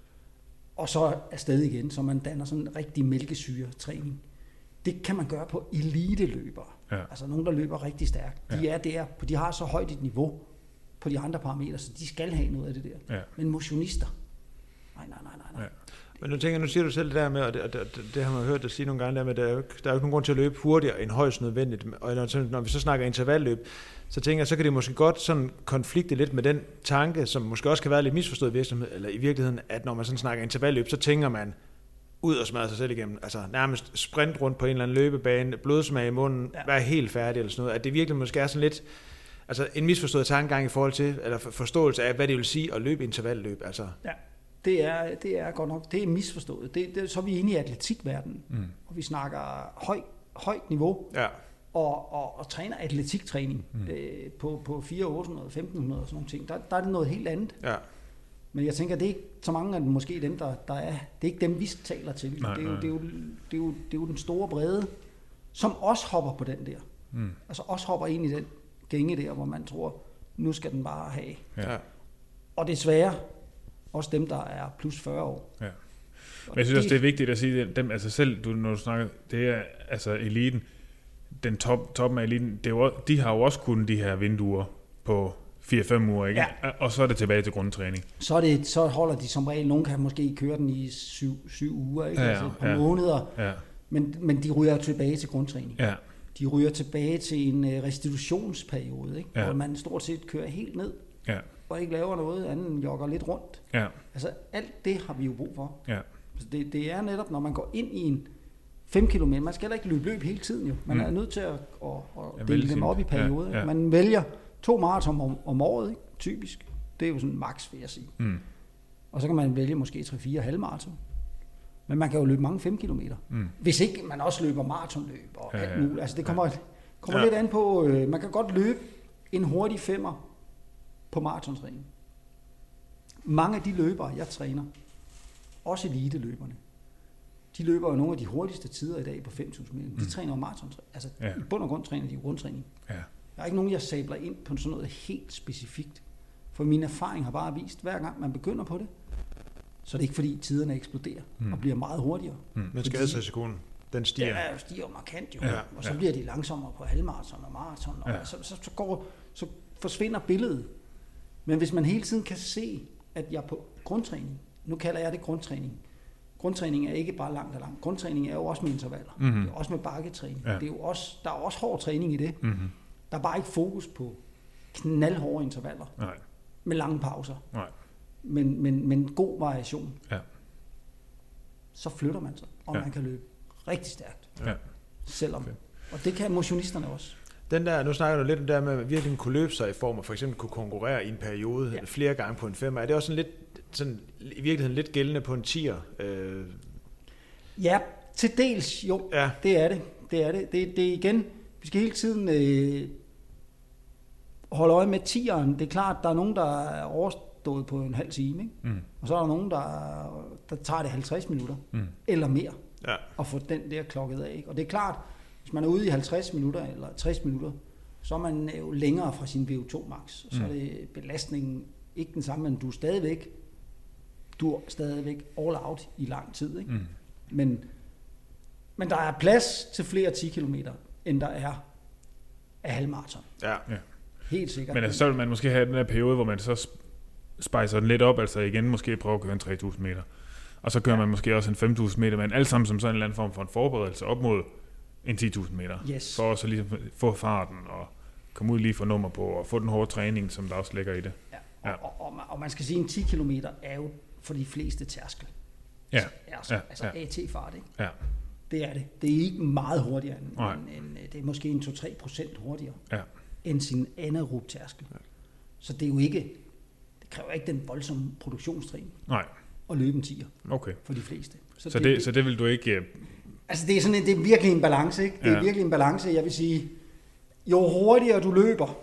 og så afsted igen, så man danner sådan en rigtig mælkesyre-træning. Det kan man gøre på eliteløbere. Ja. Altså nogen, der løber rigtig stærkt. De ja. er der, de har så højt et niveau på de andre parametre, så de skal have noget af det der. Ja. Men motionister, nej, nej, nej, nej. Ja. Men nu tænker nu siger du selv det der med, og det, og det, det har man hørt dig sige nogle gange, der med, der er jo ikke, der er jo ikke nogen grund til at løbe hurtigere end højst nødvendigt. Og når, når vi så snakker intervalløb, så tænker jeg, så kan det måske godt sådan konflikte lidt med den tanke, som måske også kan være lidt misforstået i virksomhed, eller i virkeligheden, at når man sådan snakker intervalløb, så tænker man ud og smadre sig selv igennem, altså nærmest sprint rundt på en eller anden løbebane, blodsmag i munden, ja. være helt færdig eller sådan noget, at det virkelig måske er sådan lidt, altså en misforstået tankegang i forhold til, eller forståelse af, hvad det vil sige at løbe intervalløb, altså. Ja. Det er, det er godt nok, det er misforstået. Det, det, så er vi inde i atletikverdenen, mm. og vi snakker høj, højt niveau, ja. og, og, og træner atletiktræning mm. øh, på, på fire tusind otte hundrede, femten hundrede og sådan nogle ting. Der, der er det noget helt andet. Ja. Men jeg tænker, det er ikke så mange af dem, måske dem, der, der er, det er ikke dem, vi taler til. Nej, det, er jo, det, er jo, det, er jo, det er jo den store brede, som også hopper på den der. Mm. Altså også hopper ind i den gænge der, hvor man tror, nu skal den bare have. Ja. Og desværre, også dem, der er plus fyrre år. Ja. Men jeg synes også, det er vigtigt at sige, at dem, altså selv, du, når du snakker, det er altså eliten, den top, toppen af eliten, det er jo, de har jo også kun de her vinduer på fire fem uger, ikke? Ja. Og så er det tilbage til grundtræning. Så, er det, så holder de som regel, nogen kan måske køre den i syv, syv uger, ikke? Ja, ja, altså et par ja. måneder, ja. Men, men de ryger tilbage til grundtræning. Ja. De ryger tilbage til en restitutionsperiode, ikke? Ja. Hvor man stort set kører helt ned. Ja. Og ikke laver noget andet end jogger lidt rundt. Ja. Altså alt det har vi jo brug for. Ja. Så det, det er netop, når man går ind i en fem kilometer, man skal heller ikke løbe løb hele tiden jo. Man mm. er nødt til at, at, at dele dem op i perioder. Ja, ja. Man vælger to maraton om, om året, ikke? Typisk. Det er jo sådan max, vil jeg sige. Mm. Og så kan man vælge måske tre fire halvmaraton. Men man kan jo løbe mange fem kilometer. Mm. Hvis ikke man også løber maratonløb og ja, alt muligt. Altså det kommer, ja. kommer ja. lidt an på, øh, man kan godt løbe en hurtig femmer på maratontræning. Mange af de løbere, jeg træner, også eliteløberne, de løber jo nogle af de hurtigste tider i dag på fem tusind meter. De mm. træner jo maratontræning. Altså ja. i bund og grund træner de rundtræning. Ja. Der er ikke nogen, jeg sabler ind på sådan noget helt specifikt. For min erfaring har bare vist, hver gang man begynder på det, så er det ikke fordi tiderne eksploderer mm. og bliver meget hurtigere. Mm. Men skadesrisikoen, den stiger. Ja, stiger markant jo. Ja. Og så ja. bliver de langsommere på halvmaraton og maraton. Og ja. så, så, så, går, så forsvinder billedet. Men hvis man hele tiden kan se, at jeg på grundtræning, nu kalder jeg det grundtræning. grundtræning er ikke bare langt og langt. Grundtræning er jo også med intervaller. Mm-hmm. Det er også med bakketræning. Ja. Det er jo også, der er også hård træning i det. Mm-hmm. Der er bare ikke fokus på knaldhårde intervaller. Nej. Med lange pauser. Nej. Men, men, men god variation. Ja. Så flytter man sig, og ja. man kan løbe rigtig stærkt. Ja. Selvom. Okay. Og det kan motionisterne også. Den der, nu snakker du lidt om det der med, at virkelig kunne løbe sig i form, og for eksempel kunne konkurrere i en periode ja. flere gange på en femmer. Er det også sådan lidt, sådan, i virkeligheden lidt gældende på en tier? Øh... Ja, til dels jo. Ja. Det er det. Det er det. Det, det er igen, vi skal hele tiden øh, holde øje med tieren. Det er klart, der er nogen, der er overstået på en halv time, ikke? Mm. Og så er der nogen, der, der tager det halvtreds minutter, mm. eller mere, ja. og få den der klokket af. Ikke? Og det er klart, hvis man er ude i halvtreds minutter eller tres minutter, så er man jo længere fra sin V O to max. Så mm. er det belastningen ikke den samme, men du er stadigvæk, du er stadigvæk all out i lang tid. Ikke? Mm. Men, men der er plads til flere ti kilometer, end der er af halvmarathon. Ja. ja. Helt sikkert. Men altså, så vil man måske have den her periode, hvor man så spejser den lidt op, altså igen måske prøve at køre en tre tusind meter. Og så kører ja. man måske også en fem tusind meter, men alt sammen som sådan en eller anden form for en forberedelse op mod en ti tusind meter. Yes. For også ligesom få farten og komme ud lige for nummer på og få den hårde træning, som der også ligger i det. Ja. Og, ja. og, og, og man skal sige, at en ti kilometer er jo for de fleste tærskel. Ja. Altså, ja. altså ja. A T-fart, ikke? Ja. Det er det. Det er ikke meget hurtigere end, end, end det er måske en to til tre procent hurtigere ja. end sin anaerob tærskel. Ja. Så det er jo ikke, det kræver ikke den voldsomme produktionstræning. Nej. At løbe en tier. Okay. For de fleste. Så, så, det, det, så det vil du ikke... Uh... Altså det er sådan en, det er virkelig en balance, ikke? Det er ja. virkelig en balance. Jeg vil sige, jo hurtigere du løber,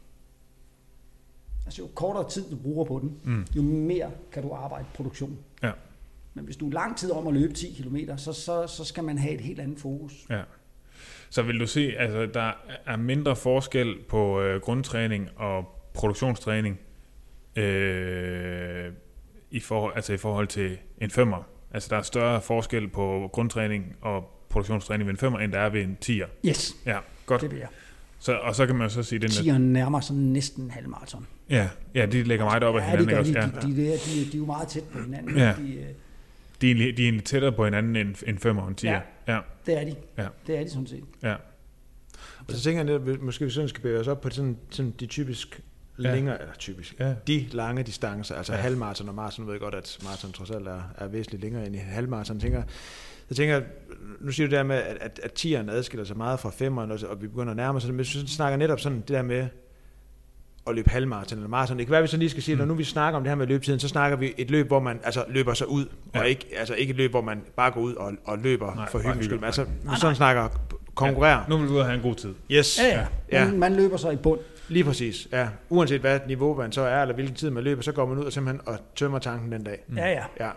altså jo kortere tid du bruger på den, mm. jo mere kan du arbejde produktion. Ja. Men hvis du er lang tid om at løbe ti kilometer, så, så, så skal man have et helt andet fokus. Ja. Så vil du se, altså der er mindre forskel på øh, grundtræning og produktionstræning øh, i, forhold, altså i forhold til en femmer. Altså der er større forskel på grundtræning og produktionstræning ved en femmer, end der er ved en tier. Yes, ja, godt. det vil jeg. Så, og så kan man så sige... Den tieren nærmer sig næsten en halvmarathon. Ja, ja, de lægger meget op af hinanden. Ja, de gør de. Også. De, de, de, de, de, de er jo meget tæt på hinanden. Ja. De, de, er, de er egentlig tættere på hinanden end en femmer og en tier. Ja, ja, det er de. Ja. Det er de sådan set. Ja. Og så tænker jeg, at måske vi sådan skal bevæge os op på sådan, sådan de typisk ja. længere, eller typisk, ja. de lange distancer, altså ja. halvmarathon og maraton. Nu ved jeg godt, at maraton trods alt er, er væsentligt længere end i halvmaraton. Jeg tænker, jeg tænker, nu siger du der med, at, at, at tieren adskiller sig meget fra femmeren, og, og vi begynder at nærme os, men jeg snakker netop sådan det der med at løbe halvmaraton eller maraton. Det kan være, at vi sådan lige skal sige, at når nu vi snakker om det her med løbetiden, så snakker vi et løb, hvor man altså løber sig ud, ja. og ikke, altså ikke et løb, hvor man bare går ud og, og løber nej, for hyggens skyld. Altså, nu sådan snakker konkurrere. Ja, nu vil du ud og have en god tid. Yes. Ja, ja. ja. Man, man løber sig i bund. Lige præcis, ja. Uanset hvad niveau man så er, eller hvilken tid man løber, så går man ud og simpelthen og tømmer tanken den dag. Mm. Ja, ja. ja.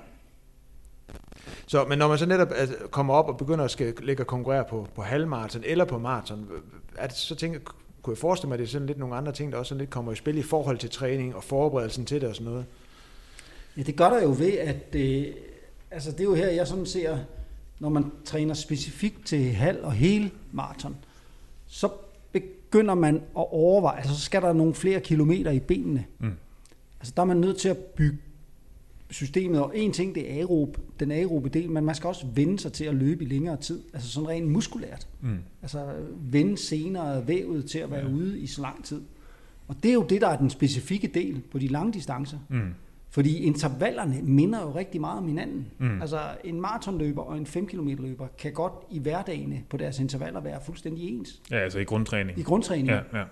Så, men når man så netop altså, kommer op og begynder at skal ligge og konkurrere på, på halvmaraton eller på maraton, er det, så tænker, kunne jeg forestille mig, at det er sådan lidt nogle andre ting, der også sådan lidt kommer i spil i forhold til træning og forberedelsen til det og sådan noget? Ja, det gør der jo ved, at øh, altså det er jo her, jeg sådan ser, når man træner specifikt til halv og hele maraton, så begynder man at overveje, altså så skal der nogle flere kilometer i benene. Mm. Altså der er man nødt til at bygge systemet, og en ting, det er aerob, den aerobe del, men man skal også vende sig til at løbe i længere tid, altså sådan rent muskulært. Mm. Altså vende senere vævet til at være ja. ude i så lang tid. Og det er jo det, der er den specifikke del på de lange distancer. Mm. Fordi intervallerne minder jo rigtig meget om hinanden. Mm. Altså en maratonløber og en fem kilometer løber kan godt i hverdagene på deres intervaller være fuldstændig ens. Ja, altså i grundtræning. I grundtræning. Ja, ja.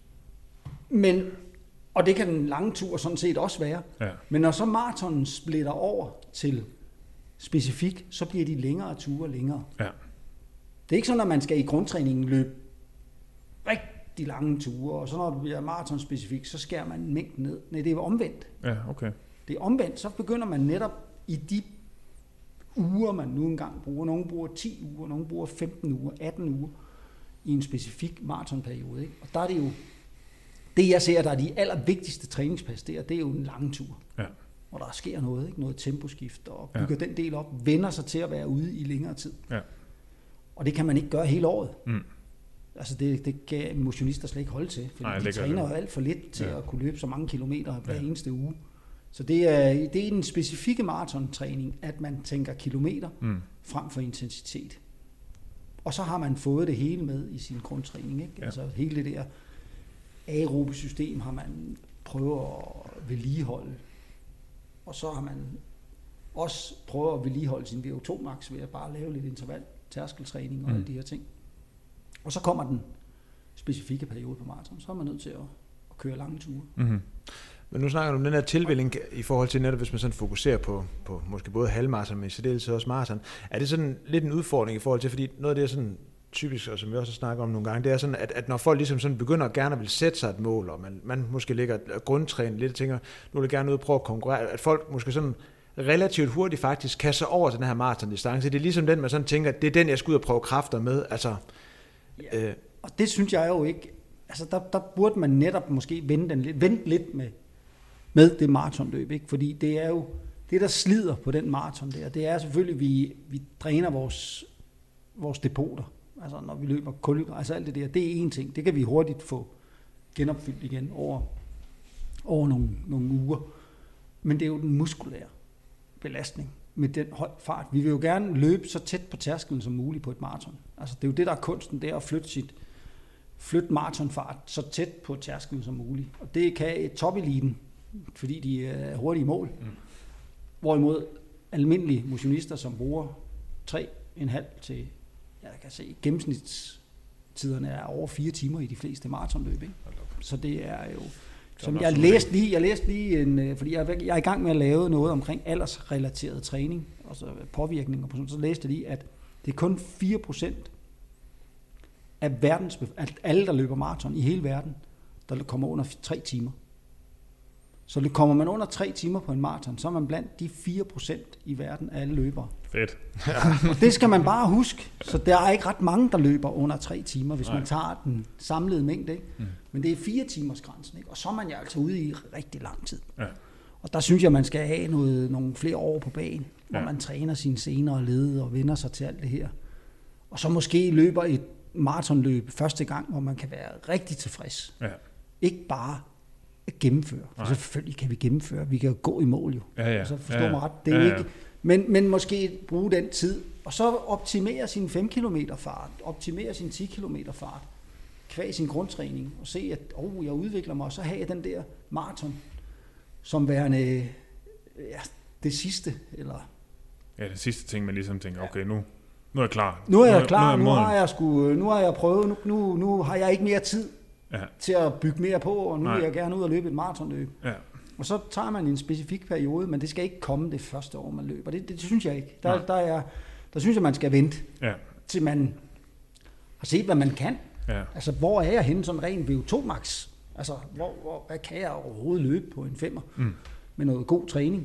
Men og det kan den lange tur sådan set også være. Ja. Men når så maratonen splitter over til specifik, så bliver de længere ture længere. Ja. Det er ikke sådan, at man skal i grundtræningen løbe rigtig lange ture, og så når det bliver maraton specifik, så skærer man mængden ned. Nej, det er omvendt. Ja, okay. Det er omvendt, så begynder man netop i de uger, man nu engang bruger. Nogle bruger ti uger, nogle bruger femten uger, atten uger i en specifik maratonperiode. Ikke? Og der er det jo det, jeg ser, der er de allervigtigste træningspas, det er, det er jo en lang tur, ja. hvor der sker noget, ikke? Noget temposkift, og bygger ja. den del op, vender sig til at være ude i længere tid. Ja. Og det kan man ikke gøre hele året. Mm. Altså det, det kan motionister slet ikke holde til, fordi Nej, de træner jo alt for lidt til ja. at kunne løbe så mange kilometer hver ja. eneste uge Så det er, det er en specifikke maratontræning, at man tænker kilometer mm. frem for intensitet. Og så har man fået det hele med i sin grundtræning. Ikke? Ja. Altså hele det der aerobe system har man prøvet at vedligeholde. Og så har man også prøvet at vedligeholde sin V O to max ved at bare lave lidt interval, tærskeltræning og mm. alle de her ting. Og så kommer den specifikke periode på maraton. Så er man nødt til at, at køre lange ture. Mm-hmm. Men nu snakker du om den her tilvælling i forhold til netop, hvis man sådan fokuserer på, på måske både halvmaraton, men i særdeleshed også maraton. Er det sådan lidt en udfordring i forhold til, fordi noget af det er sådan typisk, og som vi også snakker om nogle gange, det er sådan, at, at når folk ligesom sådan begynder at gerne vil sætte sig et mål, og man, man måske lægger grundtræning lidt og tænker, nu vil jeg gerne ud og prøve at konkurrere, at folk måske sådan relativt hurtigt faktisk kaster over til den her maratondistance. Det er ligesom den, man sådan tænker, det er den, jeg skal ud og prøve kræfter med. Altså, ja, øh. Og det synes jeg jo ikke. Altså, der, der burde man netop måske vente, den lidt, vente lidt med, med det maratonløb, ikke? Fordi det er jo det, der slider på den maraton der. Det er selvfølgelig, at vi, vi dræner vores, vores depoter. Altså, når vi løber kulhydrat, altså alt det der. Det er en ting. Det kan vi hurtigt få genopfyldt igen over, over nogle, nogle uger. Men det er jo den muskulære belastning med den høj fart. Vi vil jo gerne løbe så tæt på tærsklen som muligt på et maraton. Altså det er jo det, der er kunsten, det er at flytte sit flytte maratonfart så tæt på tærsklen som muligt. Og det kan topeliten, fordi de er hurtige i mål. Mm. Hvorimod almindelige motionister, som bruger tre komma fem til, jeg kan se, gennemsnitstiderne er over fire timer i de fleste maratonløb. Ikke? Så det er jo Som jeg læste lige, jeg læste lige en, fordi jeg er, jeg er i gang med at lave noget omkring aldersrelateret træning, og så påvirkning og sådan, så læste jeg lige, at det er kun fire procent af verdens, at alle der løber maraton i hele verden, der kommer under tre timer. Så det kommer man under tre timer på en maraton, så er man blandt de fire procent i verden af alle løbere. Fedt. Og det skal man bare huske. Så der er ikke ret mange, der løber under tre timer, hvis Nej. man tager den samlede mængde. Ikke? Mm. Men det er fire timers grænsen, ikke? Og så er man jo altså ude i rigtig lang tid. Ja. Og der synes jeg, man skal have noget, nogle flere år på banen, hvor ja. man træner sine sener og led og vender sig til alt det her. Og så måske løber et maratonløb første gang, hvor man kan være rigtig tilfreds. Ja. Ikke bare gennemføre. For selvfølgelig kan vi gennemføre. Vi kan gå i mål jo. Ja, ja. Altså forstår ja, ja. mig ret. Det er ja, ja. ikke... Men, men måske bruge den tid, og så optimere sin fem kilometer fart, optimere sin ti kilometer fart, kvæg sin grundtræning, og se, at oh, jeg udvikler mig, og så har jeg den der maraton, som værende ja, det sidste. Eller... Ja, det sidste ting, man ligesom tænker, okay, nu, nu er jeg klar. Nu er jeg klar, nu, nu, har, jeg sku, nu har jeg prøvet, nu, nu, nu har jeg ikke mere tid ja. til at bygge mere på, og nu Nej. vil jeg gerne ud og løbe et maratonløb. Ja. Og så tager man en specifik periode, men det skal ikke komme det første år, man løber. Det, det, det synes jeg ikke. Der, der, er, der synes jeg, man skal vente, ja. til man har set, hvad man kan. Ja. Altså, hvor er jeg henne sådan ren V O to max? Altså, hvor, hvor, hvad kan jeg overhovedet løbe på en femmer mm. med noget god træning?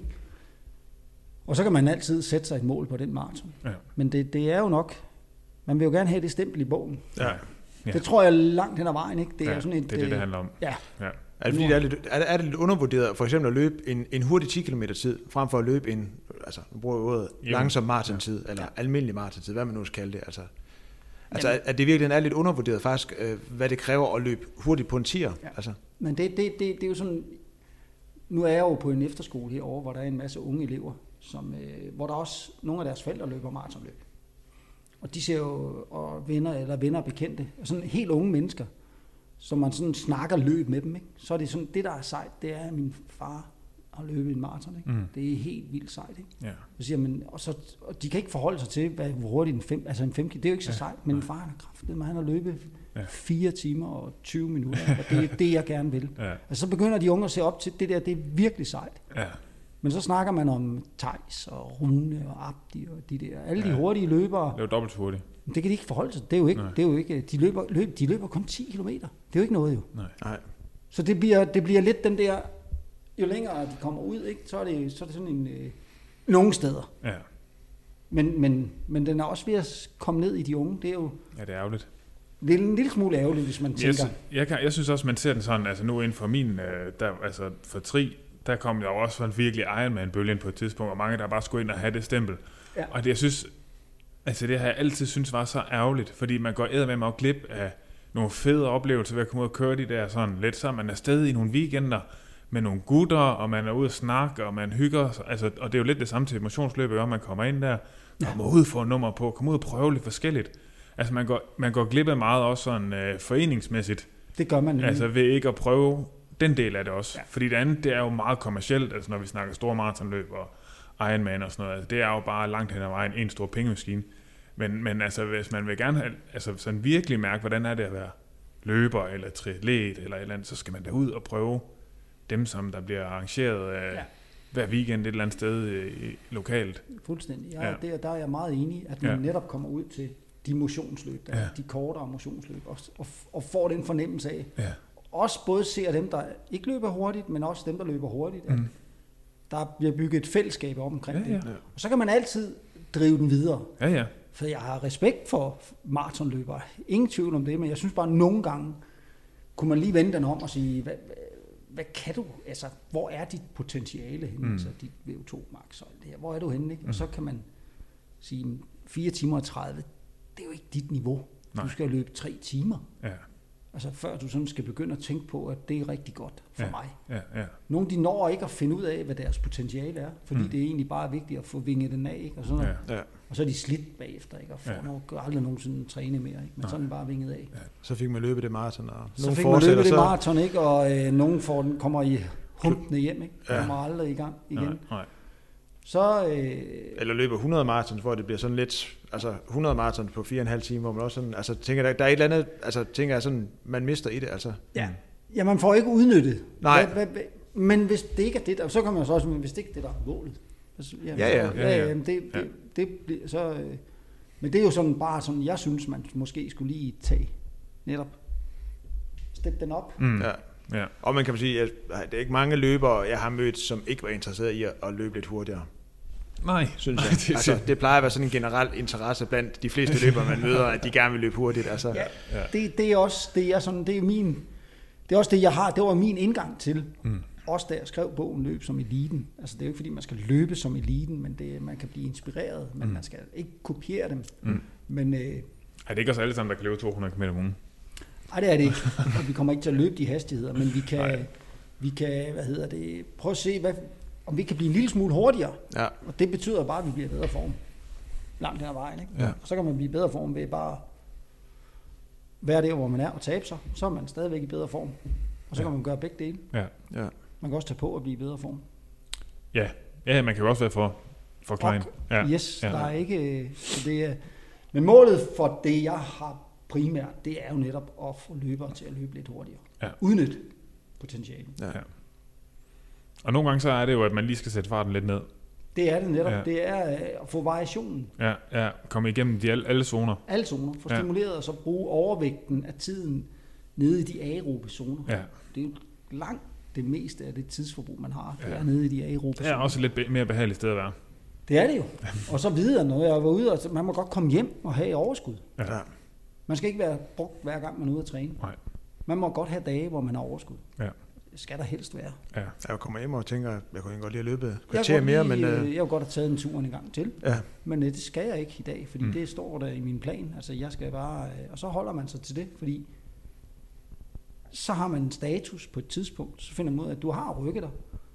Og så kan man altid sætte sig et mål på den maraton. Ja. Men det, det er jo nok, man vil jo gerne have det stempel i bogen. Ja. Ja. Det tror jeg langt hen ad vejen, ikke? Det er, ja, sådan et, det er det, det handler om. Ja. ja. Er det, fordi det er, lidt, er, det, er det lidt undervurderet, for eksempel at løbe en, en hurtig ti kilometer tid, frem for at løbe en, altså nu bruger jeg ordet, langsom maratontid, ja. eller ja. almindelig maratontid, hvad man nu skal kalde det, altså. Altså, Jamen. at det virkelig er lidt undervurderet faktisk, hvad det kræver at løbe hurtigt på en tier. Ja. Altså. Men det, det, det, det er jo sådan, nu er jeg jo på en efterskole herovre, hvor der er en masse unge elever, som, øh, hvor der også nogle af deres forældre løber maratonløb. Og de ser jo, og venner eller venner og bekendte, og sådan helt unge mennesker, så man sådan snakker løb med dem, ikke? Så er det sådan, det der er sejt, det er, at min far har løbet en maraton, ikke? Mm. Det er helt vildt sejt, ikke? Ja. Så siger man, og, så, og de kan ikke forholde sig til, hvad, hvor hurtigt en fem, altså en fem, det er jo ikke så ja. sejt, men ja. far har kraftet, men han har løbet ja. fire timer og tyve minutter, og det er det, jeg gerne vil. Ja. Altså så begynder de unge at se op til, det der, det er virkelig sejt. Ja. Men så snakker man om Theis og Rune og Abdi og de der, alle ja. de hurtige løbere. Det er jo dobbelt så hurtigt. Det kan de ikke forholde sig til. Det er jo ikke, det er jo ikke de, løber, løb, de løber kun ti kilometer. Det er jo ikke noget jo. Nej. Nej. Så det bliver, det bliver lidt den der, jo længere de kommer ud, ikke, så, er det, så er det sådan en, øh, nogle steder. Ja. Men, men, men den er også ved at komme ned i de unge. Det er jo... Ja, det er ærgerligt. Det er en lille smule ærgerligt, hvis man tænker... Jeg, jeg, kan, jeg synes også, man ser den sådan, altså nu inden for min, øh, der, altså for tri, der kom jeg jo også sådan virkelig Ironman-bølge ind på et tidspunkt, og mange der bare skulle ind og have det stempel. Ja. Og det, jeg synes... Altså det har jeg altid synes var så ærgerligt, fordi man går eddermame og glip af nogle fede oplevelser ved at komme ud og køre de der sådan lidt, så man er afsted i nogle weekender, med nogle gutter, og man er ude at snakke, og man hygger, altså, og det er jo lidt det samme til motionsløbet, at man kommer ind der, ja. og må ud få nummer på, komme ud og prøve lidt forskelligt. Altså man går, man går glip af meget også sådan øh, foreningsmæssigt. Det gør man nemlig. Altså ved ikke at prøve den del af det også. Ja. Fordi det andet, det er jo meget kommercielt, altså når vi snakker store maratonløb og Ironman og sådan noget, altså, det er jo bare langt hen ad vejen en stor pengemaskine. Men, men altså hvis man vil gerne have, altså sådan virkelig mærke, hvordan er det at være løber eller triatlet eller et eller andet, så skal man da ud og prøve dem, som der bliver arrangeret af, ja. hver weekend et eller andet sted i, lokalt. Fuldstændig. Ja, ja. Der, der er jeg meget enig, at man ja. netop kommer ud til de motionsløb, der, ja. de kortere motionsløb, og, og, og får den fornemmelse af. Ja. Også både ser dem, der ikke løber hurtigt, men også dem, der løber hurtigt. Mm. At der bliver bygget et fællesskab op omkring ja, ja. det. Og så kan man altid drive den videre. Ja, ja. For jeg har respekt for maratonløbere. Ingen tvivl om det, men jeg synes bare, at nogle gange kunne man lige vende den om og sige, hvad, hvad kan du? Altså, hvor er dit potentiale henne? Mm. Altså, dit V O to max og det her. Hvor er du henne? Ikke? Mm. Og så kan man sige, fire timer og tredive, det er jo ikke dit niveau. Nej. Du skal løbe tre timer. Ja. Altså, før du sådan skal begynde at tænke på, at det er rigtig godt for ja. mig. Ja, ja. Nogle, de når ikke at finde ud af, hvad deres potentiale er, fordi mm. det er egentlig bare vigtigt at få vinget den af, ikke? Og, sådan ja. Ja. og så er de slidt bagefter, ikke? Og får ja. nok aldrig nogensinde træne mere, ikke? Men Nej. sådan bare vinget af. Ja. Så fik man løbet det maraton, og så fik man løbet det maraton, ikke? Og øh, nogen får den, kommer i humpende hjem, ikke? Ja. Kommer aldrig i gang igen. Nej. Nej. Så, øh, eller løber hundrede maraton, hvor det bliver sådan lidt, altså hundrede maraton på fire og en halv time, hvor man også sådan, altså tænker, der, der er et eller andet, altså tænker jeg sådan, man mister i det, altså. Ja, ja man får ikke udnyttet. Nej. Hvad, hvad, men hvis det ikke er det, der, så kan man så også, men hvis det ikke er det, der er målet. Altså, ja, ja, ja. Så, ja, ja, ja. Det, det, det, det bliver så, øh, men det er jo sådan bare sådan, jeg synes, man måske skulle lige tage, netop, step den op. Mm. Ja. Ja. Og man kan sige, at det er ikke mange løbere, jeg har mødt, som ikke var interesseret i at, at løbe lidt hurtigere. Nej, synes jeg. Det, altså, det plejer at være sådan en generel interesse blandt de fleste løbere, man møder, at de gerne vil løbe hurtigt. Altså. Ja, ja. Det, det er også det er sådan, det er min, det er også det jeg har. Det var min indgang til. Mm. Også da jeg skrev bogen Løb som eliten. Altså det er jo ikke fordi man skal løbe som eliten, men det man kan blive inspireret, men mm. man skal ikke kopiere dem. Mm. Men øh, er det ikke også alle sammen der kan løbe to hundrede kilometer om ugen? Nej, det er det ikke. Og vi kommer ikke til at løbe de hastigheder, men vi kan, vi kan, hvad hedder det, prøve at se, hvad, om vi kan blive en lille smule hurtigere. Ja. Og det betyder bare, at vi bliver i bedre form. Langt hen ad vejen, ikke? Ja. Og så kan man blive i bedre form ved bare være der, hvor man er og tabe sig. Så er man stadigvæk i bedre form. Og så ja. kan man gøre begge dele. Ja. Ja. Man kan også tage på at blive i bedre form. Ja, ja man kan jo også være for, for klein. Ja. Yes, ja. Der er ikke... Det er, men målet for det, jeg har primært, det er jo netop at få løbere til at løbe lidt hurtigere. Ja. Udnyt potentiale. Ja. Ja. Og nogle gange så er det jo, at man lige skal sætte farten lidt ned. Det er det netop. Ja. Det er at få variationen. Ja, ja. Komme igennem de alle, alle zoner. Alle zoner. Få stimuleret ja. og så bruge overvægten af tiden nede i de aerobe zoner. Ja. Det er jo langt det meste af det tidsforbrug, man har. Det ja. er nede i de aerobe zoner. Det er også lidt be- mere behageligt sted at være. Det er det jo. Og så videre, når jeg var ude, og man må godt komme hjem og have overskud. Ja. Man skal ikke være brugt hver gang, man er ude at træne. Nej. Man må godt have dage, hvor man har overskud. Ja. Det skal der helst være. Ja. Jeg kommer hjem og tænker, jeg kunne godt lige have løbet kvarter mere. Men, øh... Jeg kunne godt have taget en tur en gang til. Ja. Men øh, det skal jeg ikke i dag, fordi mm. det står der i min plan. Altså, jeg skal bare, øh, og så holder man sig til det, fordi så har man en status på et tidspunkt. Så finder man ud af, at du har rykket dig.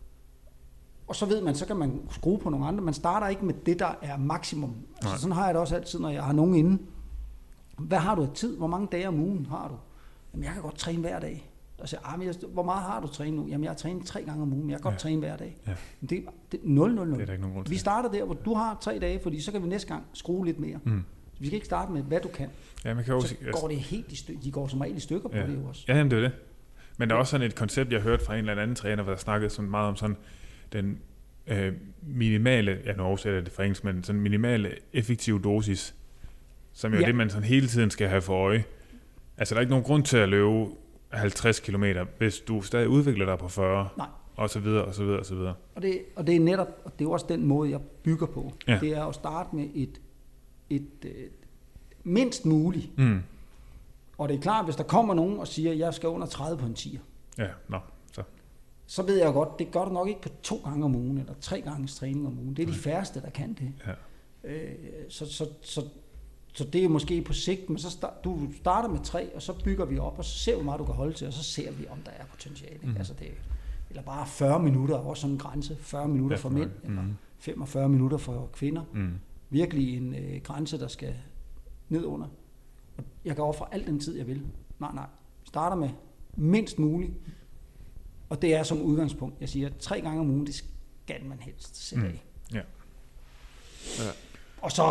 Og så ved man, så kan man skrue på nogle andre. Man starter ikke med det, der er maksimum. Altså, sådan har jeg det også altid, når jeg har nogen inde. Hvad har du af tid? Hvor mange dage om ugen har du? Jamen, jeg kan godt træne hver dag. Og siger, ah, men jeg, hvor meget har du trænet nu? Jamen, jeg har trænet tre gange om ugen, men jeg kan godt ja. træne hver dag. Ja. Men det, det er nul nul nul. Det er der ikke nogen grund til. Vi starter der, hvor du har tre dage, fordi så kan vi næste gang skrue lidt mere. Mm. Vi skal ikke starte med, hvad du kan. Ja, man kan også, så går det helt i stykker. De går som regel i stykker ja. på det jo også. Ja, jamen, det er det. Men der er også sådan et koncept, jeg har hørt fra en eller anden træner, hvor der snakkede sådan meget om sådan den øh, minimale, ja nu oversætter det fra engelsk, men sådan minimale effektive dosis, som jo ja. er det, man sådan hele tiden skal have for øje. Altså, der er ikke nogen grund til at løbe halvtreds kilometer, hvis du stadig udvikler dig på fyrre. Nej. Og så videre, og så videre, og så videre. Og det, og det er netop, og det er også den måde, jeg bygger på. Ja. Det er at starte med et, et, et mindst muligt. Mm. Og det er klart, hvis der kommer nogen og siger, at jeg skal under tredive på en tier. Ja, nå, så. Så ved jeg godt, det gør du nok ikke på to gange om ugen, eller tre gange træning om ugen. Det er de færreste, der kan det. Ja. Øh, så, så, så, så det er måske på sigt, men så start, du starter med tre, og så bygger vi op, og så ser vi, hvor meget du kan holde til, og så ser vi, om der er potentiale. Mm. Altså det, eller bare fyrre minutter er også sådan en grænse, fyrre minutter for mænd, mm. eller femogfyrre minutter for kvinder. Mm. Virkelig en øh, grænse, der skal ned under. Og jeg kan ofre alt den tid, jeg vil. Nej, nej. Starter med mindst muligt. Og det er som udgangspunkt, jeg siger, tre gange om ugen, det skal man helst sætte af. Mm. Ja. Ja. Og så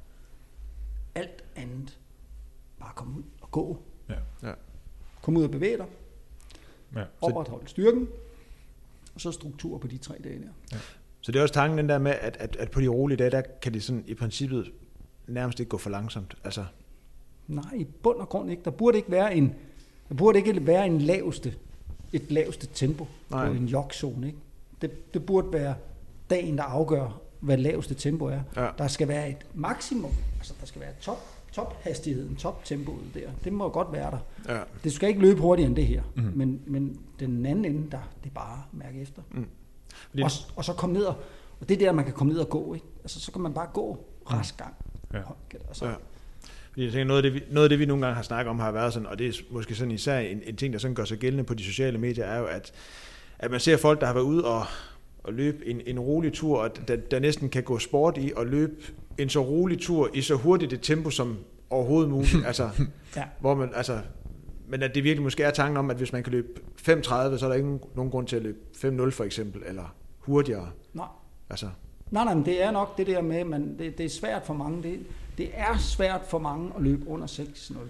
alt andet. Bare komme ud og gå. Ja. Ja. Kom ud og bevæge dig. Ja. Opretholde styrken. Og så struktur på de tre dage der. Ja. Så det er også tanken den der med, at, at, at på de rolige dage, der kan det sådan i princippet nærmest ikke gå for langsomt. Altså. Nej, i bund og grund ikke. Der burde ikke være en, der burde ikke være en laveste, et laveste tempo Nej. På en jogzone. Ikke? Det, det burde være dagen, der afgør, hvad laveste tempo er. Ja. Der skal være et maksimum, altså der skal være top, tophastigheden, toptempoet der. Det må godt være der. Ja. Det skal ikke løbe hurtigere end det her, mm. men, men den anden ende, der, det er bare at mærke efter. Mm. Og, og så komme ned og, og det er der, man kan komme ned og gå. Ikke? Altså, så kan man bare gå rask gang. Ja. Og så. Ja. Fordi jeg tænker, noget af, det, vi, noget af det, vi nogle gange har snakket om, har været sådan, og det er måske sådan især en, en ting, der sådan gør sig gældende på de sociale medier, er jo, at, at man ser folk, der har været ude og, og løbe en, en rolig tur, og der, der næsten kan gå sport i at løbe en så rolig tur i så hurtigt et tempo som overhovedet muligt. altså, ja. hvor man, altså, men at det virkelig måske er tanken om, at hvis man kan løbe fem tredive, så er der ikke nogen grund til at løbe fem nul for eksempel, eller hurtigere. Nej. Altså. Nej, nej, men det er nok det der med, man, det, det er svært for mange. Det, det er svært for mange at løbe under seks nul.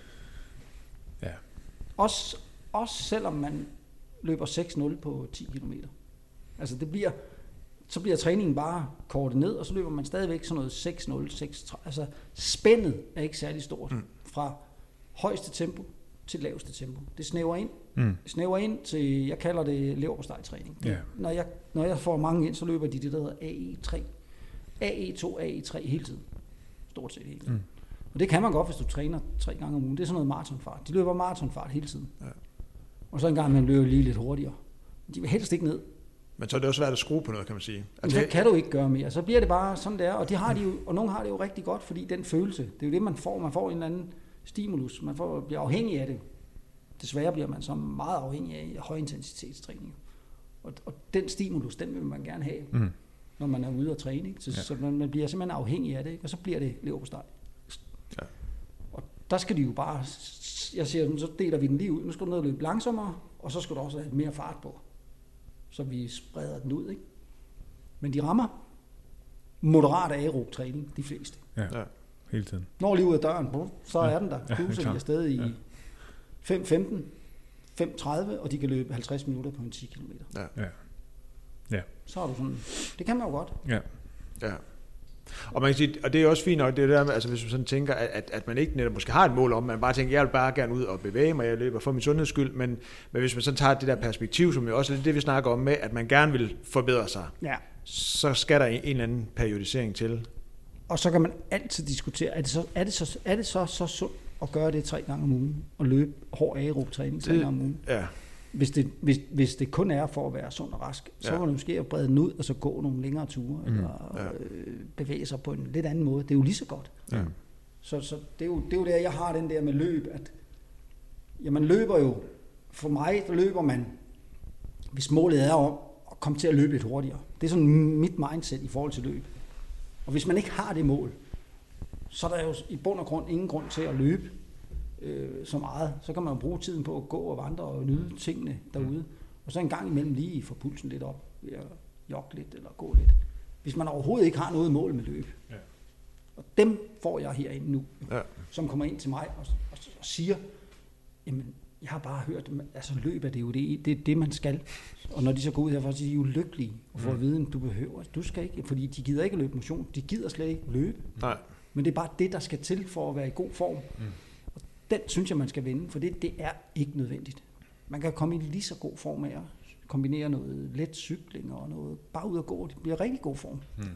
Ja. Også, også selvom man løber seks nul på ti kilometer. Altså det bliver, så bliver træningen bare kortet ned, og så løber man stadigvæk sådan noget seks nul, seks tredive. Altså spændet er ikke særlig stort. Mm. Fra højeste tempo til laveste tempo. Det snæver ind. Mm. Det snæver ind til, jeg kalder det leverpostejtræning. Yeah. Når jeg, når jeg får mange ind, så løber de det, der hedder A E tre. A E to, A E tre hele tiden. Stort set hele tiden. Mm. Og det kan man godt, hvis du træner tre gange om ugen. Det er sådan noget maratonfart. De løber maratonfart hele tiden. Ja. Og så en gang man løber lige lidt hurtigere. De vil helst ikke ned. Men så er det også svært at skrue på noget, kan man sige. Altså, men det kan du ikke gøre mere. Så bliver det bare sådan der. Og, de har de jo, og nogle har det jo rigtig godt, fordi den følelse, det er jo det, man får. Man får en eller anden stimulus. Man får, bliver afhængig af det. Desværre bliver man så meget afhængig af højintensitetstræning. Og, og den stimulus, den vil man gerne have, mm. når man er ude og træne. Ikke? Så, ja. så man bliver simpelthen afhængig af det, ikke? Og så bliver det leverpostej. Ja. Og der skal de jo bare, jeg siger, så deler vi den lige ud. Nu skal du ned og løbe langsommere, og så skal du også have mere fart på. Så vi spreder den ud. Ikke? Men de rammer moderat aerob træning, de fleste. Ja, ja. Hele tiden. Når lige ud af døren, så er ja. den der. Cruiser ja, de afsted i ja. fem femten, fem tredive, og de kan løbe halvtreds minutter på en ti kilometer. Ja. Ja. Ja. Så er du sådan, det kan man jo godt. Ja. Ja. Og man kan sige, og det er også fint nok, det er der med, altså hvis man sådan tænker, at, at man ikke netop måske har et mål om, man bare tænker, jeg vil bare gerne ud og bevæge mig, jeg løber for min sundheds skyld, men, men hvis man så tager det der perspektiv, som jo også er det, vi snakker om med, at man gerne vil forbedre sig, ja. så skal der en, en eller anden periodisering til. Og så kan man altid diskutere, er det så, er det så, er det så, så sundt at gøre det tre gange om ugen, og løbe hård aerob træning tre gange om ugen? Ja. Hvis det, hvis, hvis det kun er for at være sund og rask, så ja. kan man måske brede den ud, og så gå nogle længere ture, mm. eller ja. øh, bevæge sig på en lidt anden måde. Det er jo lige så godt. Ja. Så, så det, er jo, det er jo der, jeg har den der med løb, at ja, man løber jo, for mig, der løber man, hvis målet er om at komme til at løbe lidt hurtigere. Det er sådan mit mindset i forhold til løb. Og hvis man ikke har det mål, så er der jo i bund og grund ingen grund til at løbe øh, så meget. Så kan man jo bruge tiden på at gå og vandre og nyde tingene derude. Og så en gang imellem lige få pulsen lidt op ved at jogge lidt eller gå lidt. Hvis man overhovedet ikke har noget mål med løb. Ja. Og dem får jeg herinde nu, ja. som kommer ind til mig og, og, og siger, jamen, jeg har bare hørt, altså løb er det jo det, det, er det man skal. Og når de så går ud herfra, så er de jo lykkelige og får mm. at vide, at du behøver, du skal ikke, fordi de gider ikke løbe motion, de gider slet ikke løbe. Nej. Men det er bare det, der skal til for at være i god form. Mm. Og den synes jeg, man skal vinde, for det, det er ikke nødvendigt. Man kan komme i lige så god form af at kombinere noget let cykling og noget, bare ud og gå, det bliver rigtig god form. Mm.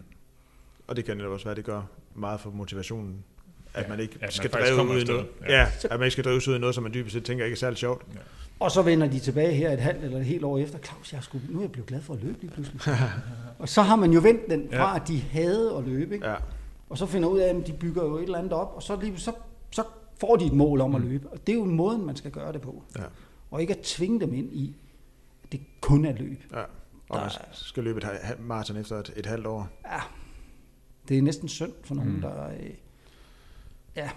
Og det kan netop også være, det gør meget for motivationen. At ja, man ikke ja, skal man drive ud i noget. Ja. Ja, at man ikke skal drive ud i noget, som man dybest set tænker ikke er særlig sjovt. Ja. Og så vender de tilbage her et halvt eller et helt år efter. Claus, jeg skulle, nu er jeg blevet glad for at løbe lige pludselig. Og så har man jo vendt den fra, ja. at de havde at løbe. Ikke? Ja. Og så finder ud af, at de bygger jo et eller andet op, og så, lige, så, så får de et mål om at løbe. Og det er jo måden, man skal gøre det på. Ja. Og ikke at tvinge dem ind i, det kun er løb. Ja, og der, man skal løbe et maraton efter et, et halvt år. Ja, det er næsten synd for nogen, mm. der øh, ja,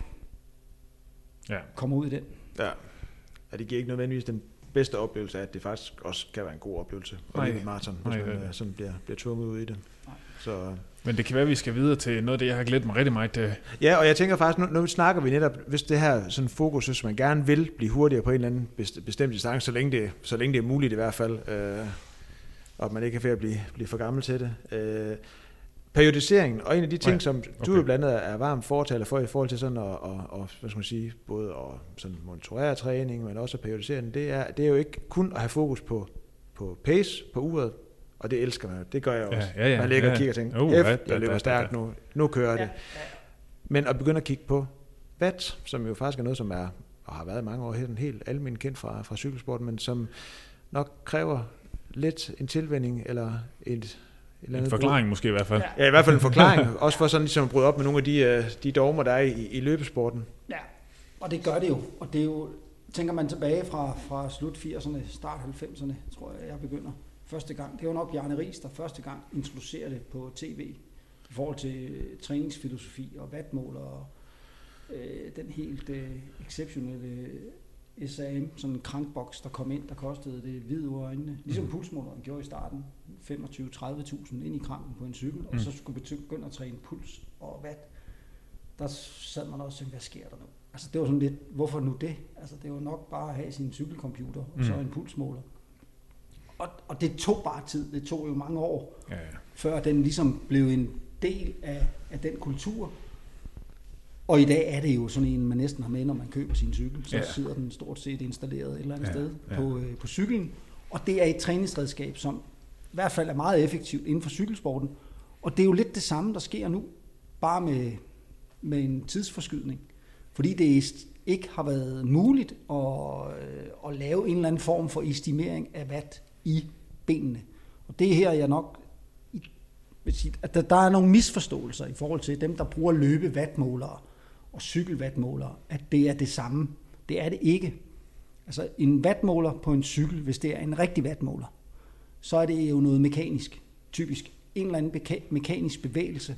ja. kommer ud i den. Ja. ja, det giver ikke nødvendigvis den bedste oplevelse af, at det faktisk også kan være en god oplevelse at løbe et maraton, hvis Nej, man det. sådan bliver, bliver tvunget ud i det. Så. Men det kan være, at vi skal videre til noget af det, jeg har glædet mig rigtig meget til. Ja, og jeg tænker faktisk, nu, nu snakker vi netop, hvis det her sådan fokus, hvis man gerne vil blive hurtigere på en eller anden bestemt distance, så længe det, så længe det er muligt i hvert fald, øh, og at man ikke er ved at blive, blive for gammel til det. Øh, periodiseringen, og en af de ting, ja, som du okay. jo blandt andet er varm fortaler for i forhold til sådan, og, og, og hvad skal man sige, både at sådan monitorere træning, men også at periodisere den, det er, det er jo ikke kun at have fokus på, på pace, på uret, og det elsker man jo. Det gør jeg også. Ja, ja, ja, man ligger ja. og kigger og tænker, uh, F, ja, jeg løber stærkt nu, nu kører ja, det. ja. Men at begynde at kigge på watt, som jo faktisk er noget, som er, og har været mange år her, helt almindeligt kendt fra, fra cykelsporten, men som nok kræver lidt en tilvænning, eller et En andet forklaring brud. Måske i hvert fald. Ja, i hvert fald en forklaring. Også for sådan ligesom at bryde op med nogle af de, de dogmer, der er i, i løbesporten. Ja, og det gør det jo. Og det er jo, tænker man tilbage fra, fra slut firserne, start halvfemserne, tror jeg, jeg begynder første gang. Det var nok Bjarne Riis, der første gang introducerede det på tv i forhold til træningsfilosofi og wattmål og øh, den helt øh, exceptionelle S A M, sådan en krankboks, der kom ind, der kostede det hvide ud af øjnene. Ligesom pulsmåleren gjorde i starten, femogtyve til tredive tusind ind i kranken på en cykel, mm. og så skulle begynde at træne puls og watt. Der sad man også og tænkte, hvad sker der nu? Altså det var sådan lidt, hvorfor nu det? Altså det var nok bare at have sin cykelcomputer, og mm. så en pulsmåler. Og, og det tog bare tid, det tog jo mange år, ja, ja. før den ligesom blev en del af, af den kultur. Og i dag er det jo sådan en, man næsten har med, når man køber sin cykel. Så ja. sidder den stort set installeret et eller andet ja. sted ja. På, øh, på cyklen. Og det er et træningsredskab, som i hvert fald er meget effektivt inden for cykelsporten. Og det er jo lidt det samme, der sker nu, bare med, med en tidsforskydning. Fordi det ikke har været muligt at, øh, at lave en eller anden form for estimering af watt i benene. Og det er her, jeg nok vil sige, at der, der er nogle misforståelser i forhold til dem, der bruger løbewattmålere og cykelwattmålere, at det er det samme. Det er det ikke. Altså en wattmåler på en cykel, hvis det er en rigtig wattmåler, så er det jo noget mekanisk, typisk en eller anden beka- mekanisk bevægelse,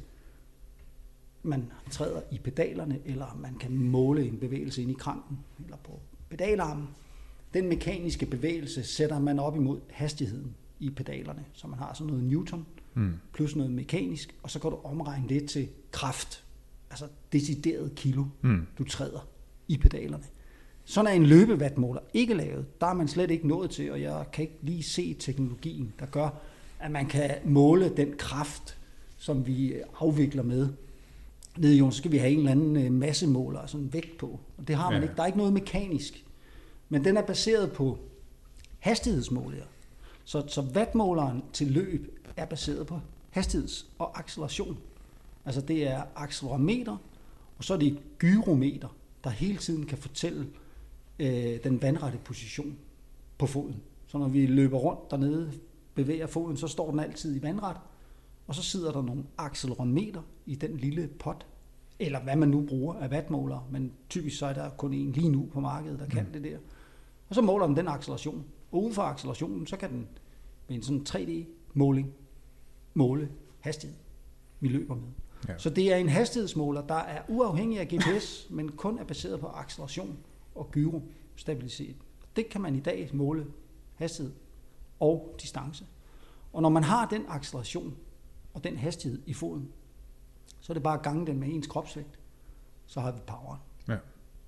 man træder i pedalerne, eller man kan måle en bevægelse ind i kranken, eller på pedalarmen. Den mekaniske bevægelse sætter man op imod hastigheden i pedalerne, så man har sådan noget newton, mm. plus noget mekanisk, og så kan du omregne det til kraft, altså decideret kilo, mm. du træder i pedalerne. Sådan er en løbewattmåler ikke lavet. Der er man slet ikke nået til, og jeg kan ikke lige se teknologien, der gør, at man kan måle den kraft, som vi afvikler med. Nede i jorden, så skal vi have en eller anden massemåler, altså en vægt på. Og det har man ja. ikke. Der er ikke noget mekanisk. Men den er baseret på hastighedsmålinger. Så, så wattmåleren til løb er baseret på hastigheds- og acceleration. Altså det er accelerometer, og så er det et gyrometer, der hele tiden kan fortælle øh, den vandrette position på foden. Så når vi løber rundt dernede, bevæger foden, så står den altid i vandret, og så sidder der nogle accelerometer i den lille pot, eller hvad man nu bruger af wattmålere, men typisk så er der kun en lige nu på markedet, der kan mm. det der. Og så måler den den acceleration. Og ud fra accelerationen, så kan den med en sådan tre D-måling måle hastighed, vi løber med. Ja. Så det er en hastighedsmåler, der er uafhængig af G P S, men kun er baseret på acceleration og gyrostabilitet. Det kan man i dag måle hastighed og distance. Og når man har den acceleration og den hastighed i foden, så er det bare at gange den med ens kropsvægt, så har vi poweren. Ja.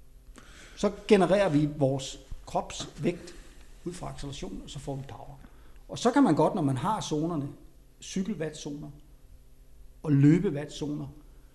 Så genererer vi vores kropsvægt ud fra acceleration, og så får vi power. Og så kan man godt, når man har zonerne, cykelwattzoner og løbewattzoner,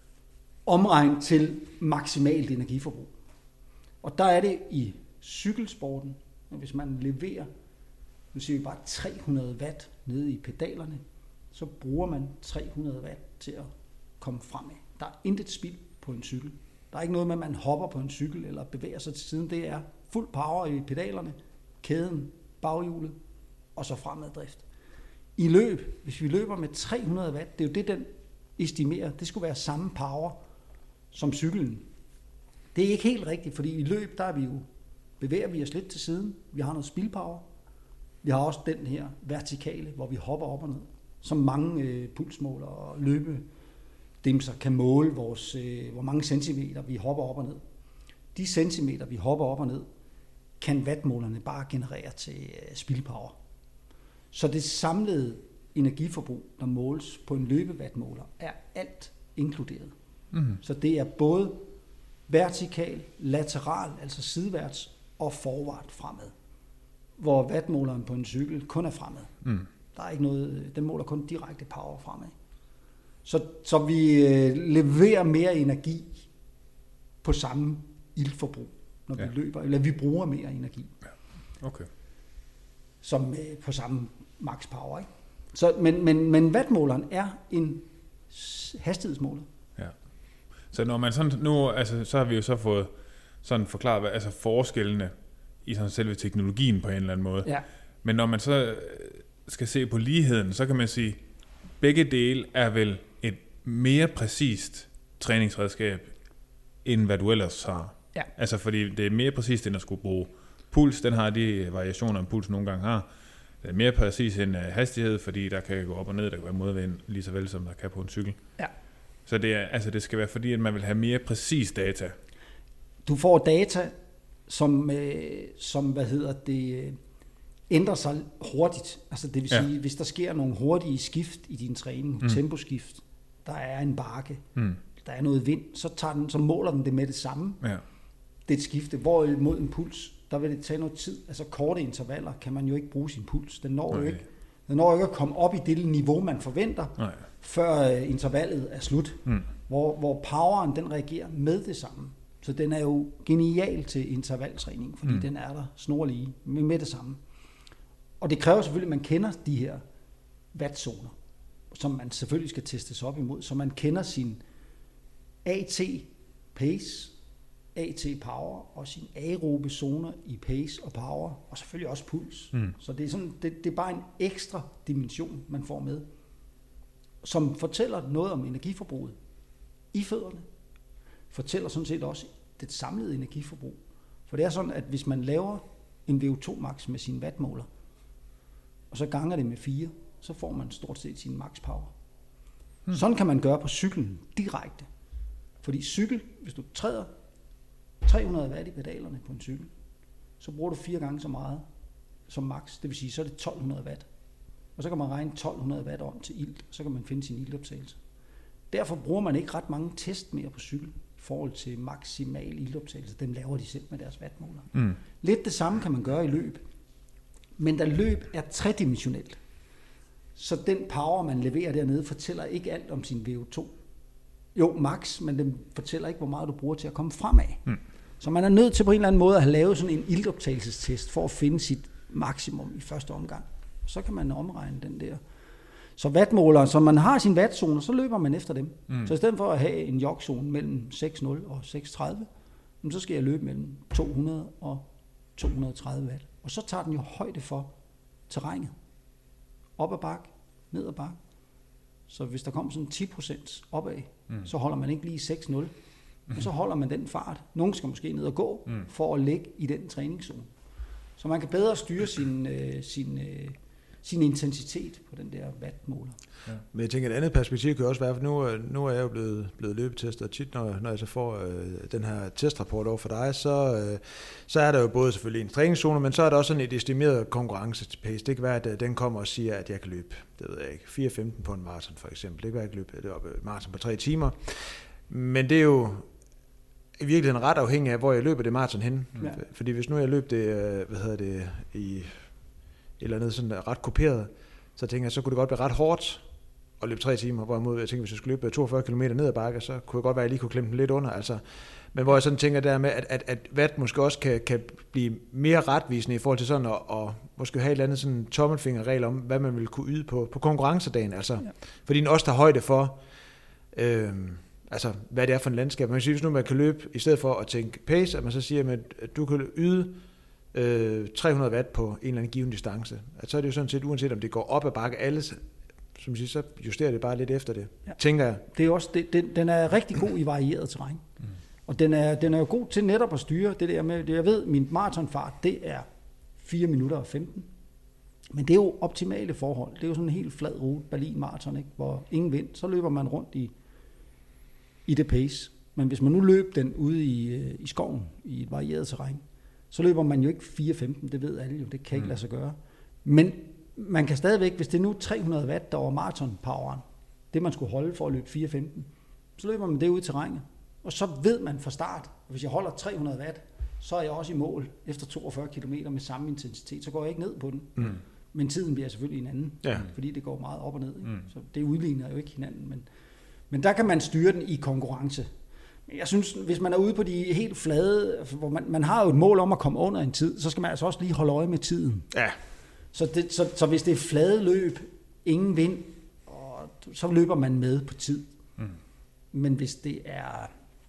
omregne til maksimalt energiforbrug. Og der er det i cykelsporten, hvis man leverer, nu siger vi bare tre hundrede watt nede i pedalerne, så bruger man tre hundrede watt til at komme fremad. Der er intet spild på en cykel. Der er ikke noget med, at man hopper på en cykel eller bevæger sig til siden. Det er fuld power i pedalerne, kæden, baghjulet og så fremaddrift. I løb, hvis vi løber med tre hundrede watt, det er jo det, den estimerer. Det skulle være samme power som cyklen. Det er ikke helt rigtigt, fordi i løb, der er vi jo, bevæger vi os lidt til siden. Vi har noget spildpower. Vi har også den her vertikale, hvor vi hopper op og ned, som mange øh, pulsmåler og løbedimser kan måle, vores, øh, hvor mange centimeter vi hopper op og ned. De centimeter, vi hopper op og ned, kan wattmålerne bare generere til øh, spildpower. Så det samlede energiforbrug, der måles på en løbewattmåler, er alt inkluderet. Mm-hmm. Så det er både vertikal, lateral, altså sideværts, og forward fremad. Hvor wattmåleren på en cykel kun er fremad. Mm. Der er ikke noget, den måler kun direkte power fremad. Så, så vi øh, leverer mere energi på samme iltforbrug, når ja. vi løber, eller vi bruger mere energi. Ja. Okay. Som øh, på samme max power, ikke? Så, men, men, men wattmåleren er en hastighedsmåler. Ja. Så når man sådan nu, altså så har vi jo så fået sådan forklaret, hvad, altså forskellene i sådan selve teknologien på en eller anden måde. Ja. Men når man så skal se på ligheden, så kan man sige, begge dele er vel et mere præcist træningsredskab, end hvad du ellers har. Ja. Altså fordi det er mere præcist, end at skulle bruge puls. Den har de variationer, en puls nogle gange har. Det er mere præcis end hastighed, fordi der kan gå op og ned, der kan være modvind, lige så vel som der kan på en cykel. Ja. Så det, er, altså det skal være fordi, at man vil have mere præcis data. Du får data, som, øh, som hvad hedder det, øh, ændrer sig hurtigt. Altså det vil sige, ja. hvis der sker nogle hurtige skift i din træning, mm. temposkift, der er en bakke, mm. der er noget vind, så, tager den, så måler den det med det samme. Ja. Det er et skifte. Hvorimod en puls, der vil det tage noget tid. Altså korte intervaller kan man jo ikke bruge sin puls. Den når jo ikke, den når ikke at komme op i det niveau, man forventer, Nej. før intervallet er slut. Mm. Hvor, hvor poweren, den reagerer med det samme. Så den er jo genial til intervaltræning, fordi mm. den er der snorlige med, med det samme. Og det kræver selvfølgelig, at man kender de her wattzoner, som man selvfølgelig skal testes op imod, så man kender sin A T pace, A T power og sin aerobe zoner i pace og power, og selvfølgelig også puls. Mm. Så det er, sådan, det, det er bare en ekstra dimension, man får med, som fortæller noget om energiforbruget i fødderne, fortæller sådan set også det samlede energiforbrug. For det er sådan, at hvis man laver en V O to max med sin wattmåler, og så ganger det med fire, så får man stort set sin max power. Mm. Sådan kan man gøre på cyklen direkte. Fordi cykel, hvis du træder tre hundrede watt i pedalerne på en cykel, så bruger du fire gange så meget som max. Det vil sige, så er det tolv hundrede watt. Og så kan man regne tolv hundrede watt om til ilt, så kan man finde sin iltoptagelse. Derfor bruger man ikke ret mange test mere på cykel i forhold til maksimal iltoptagelse. Dem laver de selv med deres wattmåler. Mm. Lidt det samme kan man gøre i løb. Men da løb er tredimensionelt, så den power, man leverer dernede, fortæller ikke alt om sin V O to. Jo, max, men den fortæller ikke, hvor meget du bruger til at komme fremad. Mm. Så man er nødt til på en eller anden måde at have lavet sådan en iltoptagelsestest for at finde sit maksimum i første omgang. Så kan man omregne den der. Så wattmåler, så man har sin wattzoner, så løber man efter dem. Mm. Så i stedet for at have en jogzone mellem seks nul og seks tredive, så skal jeg løbe mellem to hundrede og to hundrede og tredive watt. Og så tager den jo højde for terrænet. Op ad bakke, ned ad bakke. Så hvis der kommer sådan ti procent opad, mm. så holder man ikke lige seks nul, mm. men så holder man den fart. Nogen skal måske ned og gå, mm. for at ligge i den træningszone. Så man kan bedre styre sin, øh, sin, øh, sin intensitet på den der wattmåler. Ja. Men jeg tænker, et andet perspektiv kan også være, for nu, nu er jeg jo blevet, blevet løbetestet, og tit når, når jeg så får øh, den her testrapport over for dig, så, øh, så er der jo både selvfølgelig en træningszone, men så er der også sådan et estimeret konkurrencepace. Det kan være, at den kommer og siger, at jeg kan løbe, det ved jeg ikke, fire femten på en maraton for eksempel. Det kan være, at jeg kan løbe et maraton på tre timer. Men det er jo i virkeligheden ret afhængig af, hvor jeg løber det maraton hen. Ja. Fordi hvis nu jeg løb det, hvad hedder det, i et eller andet sådan ret kopieret, så tænker jeg, så kunne det godt blive ret hårdt at løbe tre timer, hvorimod jeg tænker, hvis jeg skulle løbe toogfyrre kilometer ned ad bakke, så kunne det godt være, at jeg lige kunne klemme den lidt under. Altså. Men hvor jeg sådan tænker der med, at, at, at watt måske også kan, kan blive mere retvisende i forhold til sådan, at, og måske have et eller andet sådan tommelfingerregel om, hvad man vil kunne yde på, på konkurrencedagen. Altså. Ja. Fordi den også tager højde for, øh, altså, hvad det er for en landskab. Man kan sige, hvis nu man kan løbe, i stedet for at tænke pace, at man så siger, at du kan yde øh, tre hundrede watt på en eller anden given distance. At så er det jo sådan set, uanset om det går op ad bakke, alle, som siger, så justerer det bare lidt efter det, ja. Tænker jeg. Det er også, det, den, den er rigtig god i varieret terræn. Mm. Og den er, den er jo god til netop at styre det der med, det jeg ved, min maratonfart, det er fire minutter og femten. Men det er jo optimale forhold. Det er jo sådan en helt flad rute, Berlin Marathon, ikke? Hvor ingen vind, så løber man rundt i, i det pace. Men hvis man nu løber den ude i, i skoven, i et varieret terræn, så løber man jo ikke fire femten, det ved alle jo, det kan ikke mm. lade sig gøre. Men man kan stadigvæk, hvis det er nu tre hundrede watt, der var maratonpoweren, det man skulle holde for at løbe fire femten, så løber man det ud i terrænet. Og så ved man fra start, at hvis jeg holder tre hundrede watt, så er jeg også i mål efter toogfyrre kilometer med samme intensitet, så går jeg ikke ned på den. Mm. Men tiden bliver selvfølgelig en anden, ja. fordi det går meget op og ned. Mm. Så det udligner jo ikke hinanden. Men, men der kan man styre den i konkurrence. Men jeg synes, hvis man er ude på de helt flade, hvor man, man har jo et mål om at komme under en tid, så skal man altså også lige holde øje med tiden. Ja. Så, det, så, så hvis det er flade løb, ingen vind, og, så løber man med på tid. Mm. Men hvis det er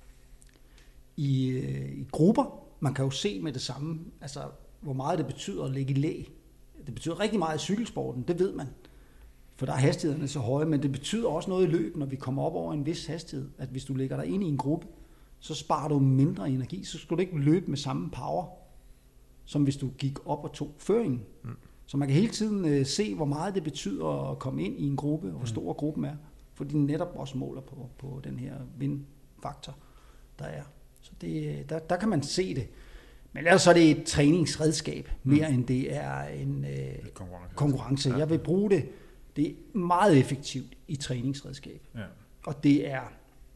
i, i grupper, man kan jo se med det samme, altså hvor meget det betyder at ligge i læ. Det betyder rigtig meget i cykelsporten, det ved man. For der er hastighederne så høje, men det betyder også noget i løb, når vi kommer op over en vis hastighed, at hvis du ligger der inde i en gruppe, så sparer du mindre energi, så skal du ikke løbe med samme power, som hvis du gik op og tog føringen. Mm. Så man kan hele tiden øh, se, hvor meget det betyder at komme ind i en gruppe, og hvor stor gruppen er, fordi den netop også måler på, på den her vindfaktor, der er. Så det, der, der kan man se det. Men ellers så er det et træningsredskab, mere mm. end det er en øh, konkurrence. konkurrence. Ja. Jeg vil bruge det. Det er meget effektivt i træningsredskab. Ja. Og det er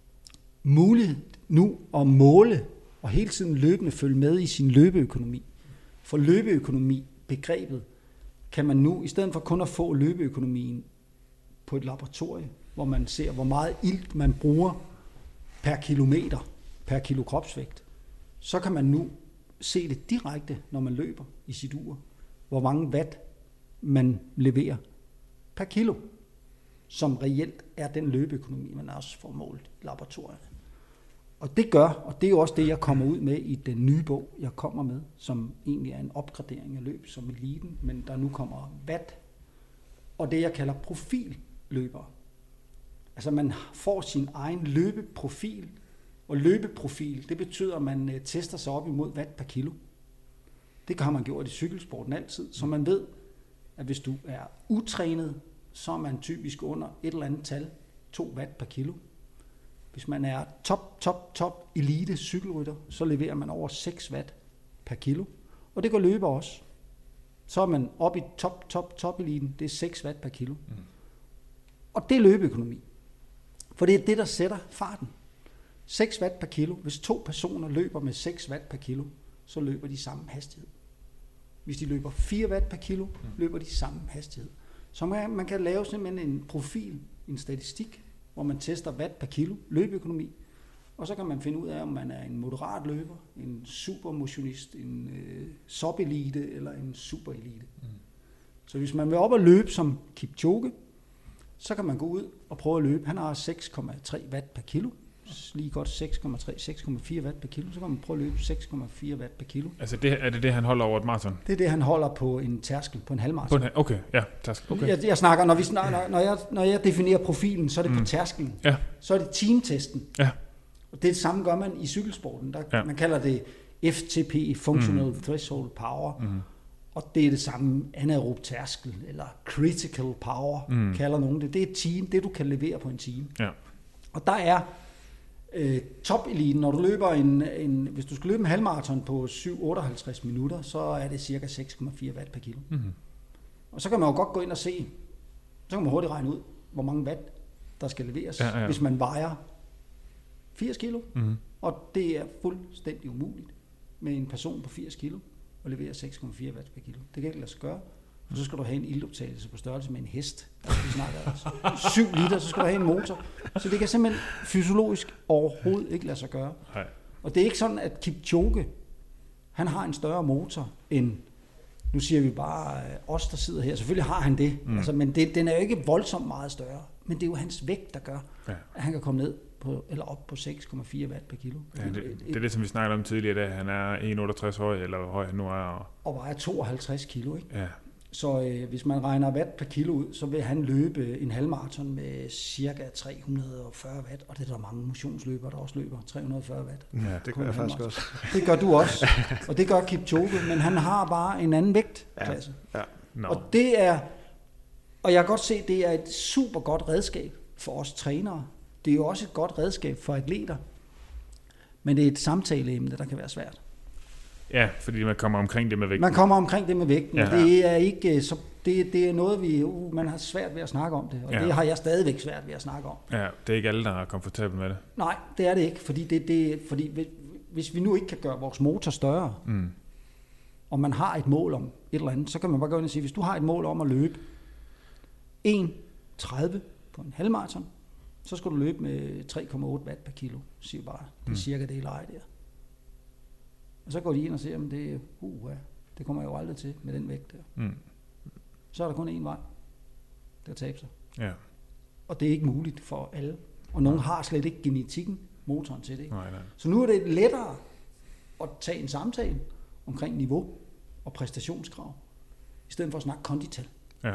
muligt nu at måle og hele tiden løbende følge med i sin løbeøkonomi. For løbeøkonomi, begrebet, kan man nu, i stedet for kun at få løbeøkonomien på et laboratorie, hvor man ser, hvor meget ilt man bruger per kilometer, per kilo kropsvægt, så kan man nu se det direkte, når man løber i sit ur, hvor mange watt man leverer per kilo, som reelt er den løbeøkonomi, man også får målt i laboratorierne. Og det gør, og det er jo også det, jeg kommer ud med i den nye bog, jeg kommer med, som egentlig er en opgradering af løb som eliten, men der nu kommer watt, og det jeg kalder profilløbere. Altså man får sin egen løbeprofil, og løbeprofil, det betyder, at man tester sig op imod watt per kilo. Det har man gjort i cykelsporten altid, så man ved, at hvis du er utrænet, så er man typisk under et eller andet tal, to watt per kilo. Hvis man er top, top, top elite cykelrytter, så leverer man over seks watt per kilo. Og det går løber også. Så er man oppe i top, top, top eliten, det er seks watt per kilo. Mm. Og det er løbeøkonomi. For det er det, der sætter farten. seks watt per kilo. Hvis to personer løber med seks watt per kilo, så løber de samme hastighed. Hvis de løber fire watt per kilo, løber de samme hastighed. Så man, man kan lave simpelthen en profil, en statistik, hvor man tester watt per kilo, løbeøkonomi, og så kan man finde ud af, om man er en moderat løber, en supermotionist, en øh, subelite eller en superelite. Mm. Så hvis man vil op og løbe som Kipchoge, så kan man gå ud og prøve at løbe. Han har seks komma tre watt per kilo, lige godt seks komma tre til seks komma fire watt per kilo, så kan man prøve at løbe seks komma fire watt per kilo. Altså det, er det det, han holder over et maraton? Det er det, han holder på en tærskel, på en halvmaraton. Okay, ja, tærskel. Okay. Jeg, jeg snakker, når, vi snakker, når, jeg, når jeg definerer profilen, så er det mm. på tærskelen. Ja. Så er det teamtesten. Ja. Og det samme gør man i cykelsporten. Der, ja. Man kalder det F T P, Functional mm. Threshold Power. Mm. Og det er det samme anaerob tærskel, eller critical power, mm. kalder nogen det. Det er et team, det du kan levere på en time. Ja. Og der er øh, top-eliten, når du løber en, en, hvis du skal løbe en halvmaraton på syv komma otteoghalvtreds minutter, så er det cirka seks komma fire watt per kilo. Mm. Og så kan man jo godt gå ind og se, så kan man hurtigt regne ud, hvor mange watt der skal leveres, ja, ja. hvis man vejer firs kilo. Mm. Og det er fuldstændig umuligt med en person på firs kilo og levere seks komma fire watt per kilo. Det kan ikke lade sig gøre. Og så skal du have en iltoptagelse på størrelse med en hest. Altså, vi snakker altså syv liter, så skal du have en motor. Så det kan simpelthen fysiologisk overhovedet ikke lade sig gøre. Nej. Og det er ikke sådan, at Kipchoge, han har en større motor end, nu siger vi bare os, der sidder her. Selvfølgelig har han det, mm. altså, men det, den er jo ikke voldsomt meget større. Men det er jo hans vægt, der gør, ja. at han kan komme ned på, eller op på seks komma fire watt per kilo. Ja, det, det er det, som vi snakkede om tidligere, da han er en komma otteogtres høj, eller hvor høj han nu er. Og, og vejer tooghalvtreds kilo, ikke? Ja. Så øh, hvis man regner watt per kilo ud, så vil han løbe en halvmaraton med cirka tre hundrede og fyrre watt, og det er der mange motionsløbere, der også løber tre hundrede og fyrre watt. Ja, det gør jeg faktisk også. Det gør du også, og det gør Kipchoge, men han har bare en anden vægtklasse. Ja. Ja. No. Og det er, og jeg kan godt se, at det er et super godt redskab for os trænere. Det er jo også et godt redskab for atleter. Men det er et samtaleemne, der kan være svært. Ja, fordi man kommer omkring det med vægten. Man kommer omkring det med vægten. Ja. Det er ikke så det, det er noget vi uh, man har svært ved at snakke om det, og ja. det har jeg stadigvæk svært ved at snakke om. Ja, det er ikke alle der er komfortabel med det. Nej, det er det ikke, fordi det det fordi hvis vi nu ikke kan gøre vores motor større, mm. og man har et mål om et eller andet, så kan man bare gå ind og sige, hvis du har et mål om at løbe en tredive på en halvmaraton, så skal du løbe med tre komma otte watt per kilo, siger bare. Det er mm. cirka det leje der. Og så går de ind og siger, at det, uh, det kommer jeg jo aldrig til med den vægt der. Mm. Så er der kun én vej. Det er at tabe sig. Ja. Og det er ikke muligt for alle. Og nogen har slet ikke genetikken, motoren til det. Ikke? Nej, nej. Så nu er det lettere at tage en samtale omkring niveau og præstationskrav, i stedet for at snakke kondital. Ja.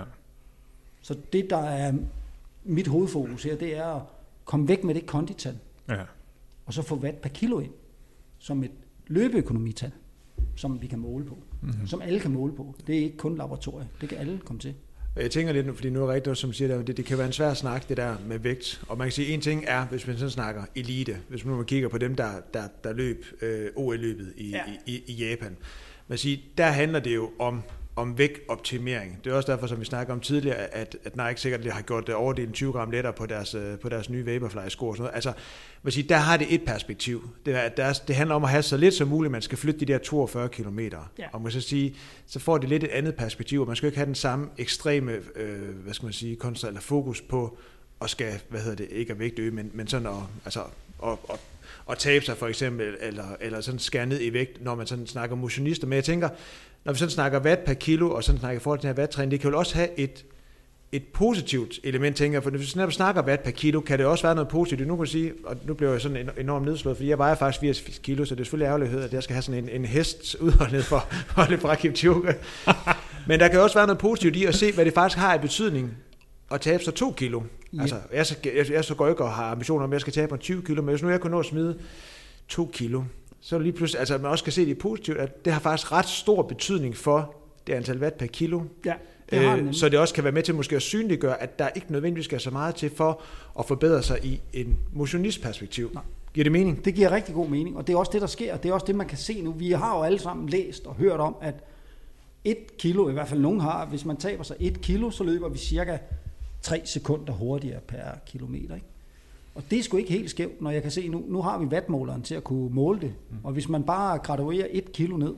Så det, der er mit hovedfokus her, det er at komme væk med det kondital. Ja. Og så få watt per kilo ind, som et løbeøkonomital, som vi kan måle på. Mm-hmm. Som alle kan måle på. Det er ikke kun laboratoriet. Det kan alle komme til. Jeg tænker lidt, fordi nu er det rigtigt, som siger, det, det kan være en svær snak, det der med vægt. Og man kan sige, en ting er, hvis man sådan snakker elite, hvis man nu kigger på dem, der, der, der løb øh, O L-løbet i, ja. i, i Japan. Man siger, der handler det jo om, om vægtoptimering. Det er også derfor, som vi snakker om tidligere, at, at Nike sikkert har gjort det overdelen tyve gram lettere på deres, på deres nye Vaporfly-sko og sådan noget. Altså, man siger, der har det et perspektiv. Det, er, der er, det handler om at have så lidt som muligt, man skal flytte de der toogfyrre kilometer. Ja. Og man så sige, så får det lidt et andet perspektiv, og man skal ikke have den samme ekstreme, øh, hvad skal man sige, konstant eller fokus på at skal, hvad hedder det, ikke at vægtøge, men, men sådan at, altså, at, at, at tabe sig for eksempel, eller, eller sådan skære ned i vægt, når man sådan snakker motionister. Men jeg tænker, når vi sådan snakker watt per kilo, og sådan snakker i forhold til den her watt-træning, det kan jo også have et, et positivt element, tænker jeg, for hvis vi snakker watt per kilo, kan det også være noget positivt. Nu kan jeg sige, og nu bliver jeg sådan enormt nedslået, fordi jeg vejer faktisk firs kilo, så det er selvfølgelig ærgerligt, at jeg skal have sådan en, en hest udholdenhed for at holde fra Kipchoge. Men der kan også være noget positivt i at se, hvad det faktisk har i betydning at tabe sig to kilo. Ja. Altså, jeg, så, jeg, jeg så går ikke og har ambitioner om, at jeg skal tabe mig tyve kilo, men hvis nu jeg kunne nå at smide to kilo, så er det lige pludselig, altså man også kan se det positivt, at det har faktisk ret stor betydning for det antal watt per kilo. Ja, det har det. Øh, så det også kan være med til måske at synliggøre, at der ikke nødvendigvis skal så meget til for at forbedre sig i en motionistperspektiv. Nej. Giver det mening? Det giver rigtig god mening, og det er også det, der sker. Det er også det, man kan se nu. Vi har jo alle sammen læst og hørt om, at et kilo, i hvert fald nogen har, hvis man taber sig et kilo, så løber vi cirka tre sekunder hurtigere per kilometer, ikke? Og det er sgu ikke helt skævt, når jeg kan se, nu, nu har vi wattmåleren til at kunne måle det. Mm. Og hvis man bare graduerer et kilo ned,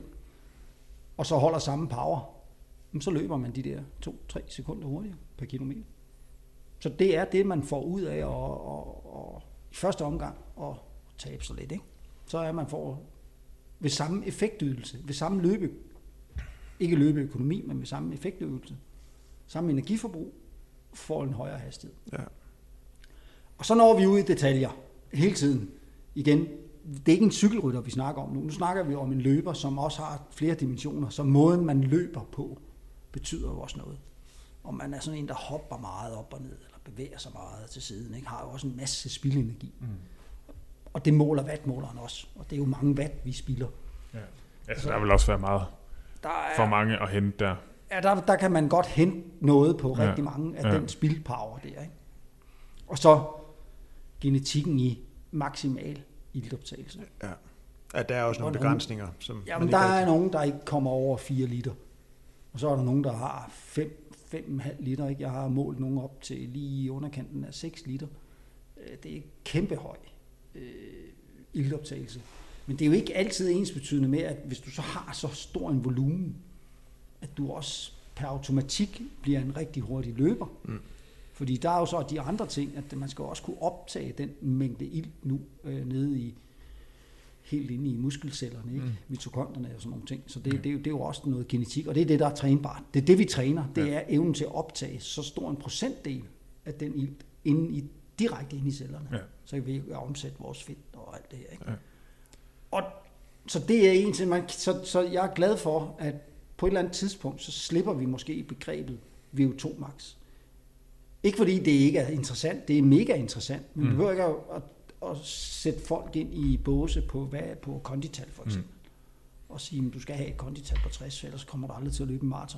og så holder samme power, så løber man de der to til tre sekunder hurtigere per kilometer. Så det er det, man får ud af at, at, at, i første omgang at tabe sig lidt, ikke? Så er man får ved samme effektydelse, ved samme løbe, ikke løbeøkonomi, men ved samme effektydelse, samme energiforbrug, får en højere hastighed. Ja. Og så når vi ud i detaljer hele tiden. Igen, det er ikke en cykelrytter, vi snakker om nu. Nu snakker vi om en løber, som også har flere dimensioner, så måden man løber på, betyder jo også noget. Om man er sådan en, der hopper meget op og ned, eller bevæger sig meget til siden, ikke? Har jo også en masse spildenergi. Mm. Og det måler wattmåleren også, og det er jo mange watt, vi spilder. Ja. Altså, der vil også være meget der er, for mange at hente der. Ja, der, der kan man godt hente noget på rigtig ja. mange af ja. den spildpower der, ikke? Og så genetikken i maksimal iltoptagelse. Ja. At der er også nogle begrænsninger. Som jamen, der er nogen, der ikke kommer over fire liter. Og så er der nogen, der har fem, fem komma fem liter. Ikke? Jeg har målt nogen op til lige i underkanten af seks liter. Det er kæmpe høj øh, iltoptagelse. Men det er jo ikke altid ensbetydende med, at hvis du så har så stor en volumen, at du også per automatik bliver en rigtig hurtig løber. Mm. Fordi der er jo så de andre ting, at man skal også kunne optage den mængde ilt nu øh, nede i helt inde i muskelcellerne, ikke? Mm. Mitokondrierne og sådan nogle ting. Så det, ja. det, er jo, det er jo også noget genetik, og det er det, der er trænbart. Det er det, vi træner. Det ja. er evnen til at optage så stor en procentdel af den ilt inde i, direkte inde i cellerne. Ja. Så kan vi omsætte vores fedt og alt det her. Ikke? Ja. Og så det er en ting, man, så, så jeg er glad for, at på et eller andet tidspunkt, så slipper vi måske begrebet V O to max. Ikke fordi det ikke er interessant, det er mega interessant, men mm. du behøver ikke at, at, at sætte folk ind i båse på, hvad, på kondital for eksempel, mm. og sige, at du skal have et kondital på tres, ellers kommer du aldrig til at løbe en maraton.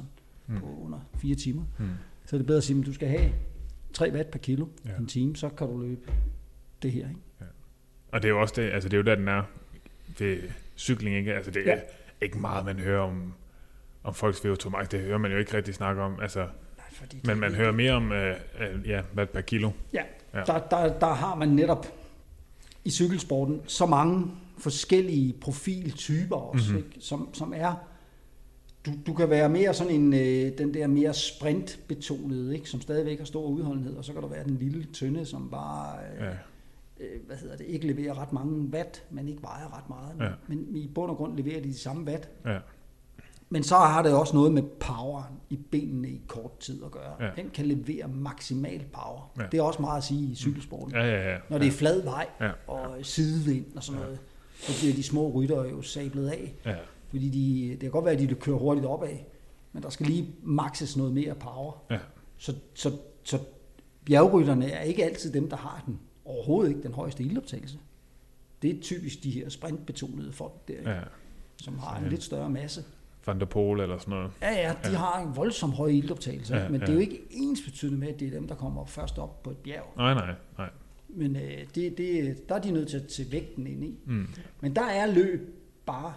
mm. på under fire timer. Mm. Så er det bedre at sige, at du skal have tre watt per kilo ja. en time, så kan du løbe det her. Ikke? Ja. Og det er jo også det, altså det er jo der, den er ved cykling, ikke? Altså det er ja. ikke meget, man hører om, om folks V O to max, det hører man jo ikke rigtig snakke om, altså, nej, men man hører mere om, øh, øh, ja, watt per kilo. Ja, ja. Der, der, der har man netop i cykelsporten så mange forskellige profiltyper også, mm-hmm. ikke? Som, som er, du, du kan være mere sådan en, øh, den der mere sprintbetonede, ikke? Som stadigvæk har stor udholdenhed, og så kan der være den lille tynde, som bare, øh, ja. øh, hvad hedder det, ikke leverer ret mange watt, men ikke vejer ret meget, ja. men, men i bund og grund leverer de de samme watt. Ja. Men så har det også noget med power i benene i kort tid at gøre. Ja. Den kan levere maksimal power. Ja. Det er også meget at sige i cykelsporten. Ja, ja, ja. Når det er flad vej ja. og sidevind og sådan noget, ja. så bliver de små ryttere jo sablet af. Ja. Fordi de, det kan godt være, at de kører hurtigt opad, men der skal lige makses noget mere power. Ja. Så, så, så bjergrytterne er ikke altid dem, der har den. Overhovedet ikke den højeste ildoptagelse. Det er typisk de her sprintbetonede folk der, ja. som har en ja. lidt større masse. Van der Poel eller sådan noget. Ja, ja, de ja. har en voldsom høj ildoptagelse, ja, men ja. det er jo ikke ensbetydende med, at det er dem, der kommer først op på et bjerg. Nej, nej, nej. Men øh, det, det, der er de nødt til at tage vægten ind i. Mm. Men der er løb bare,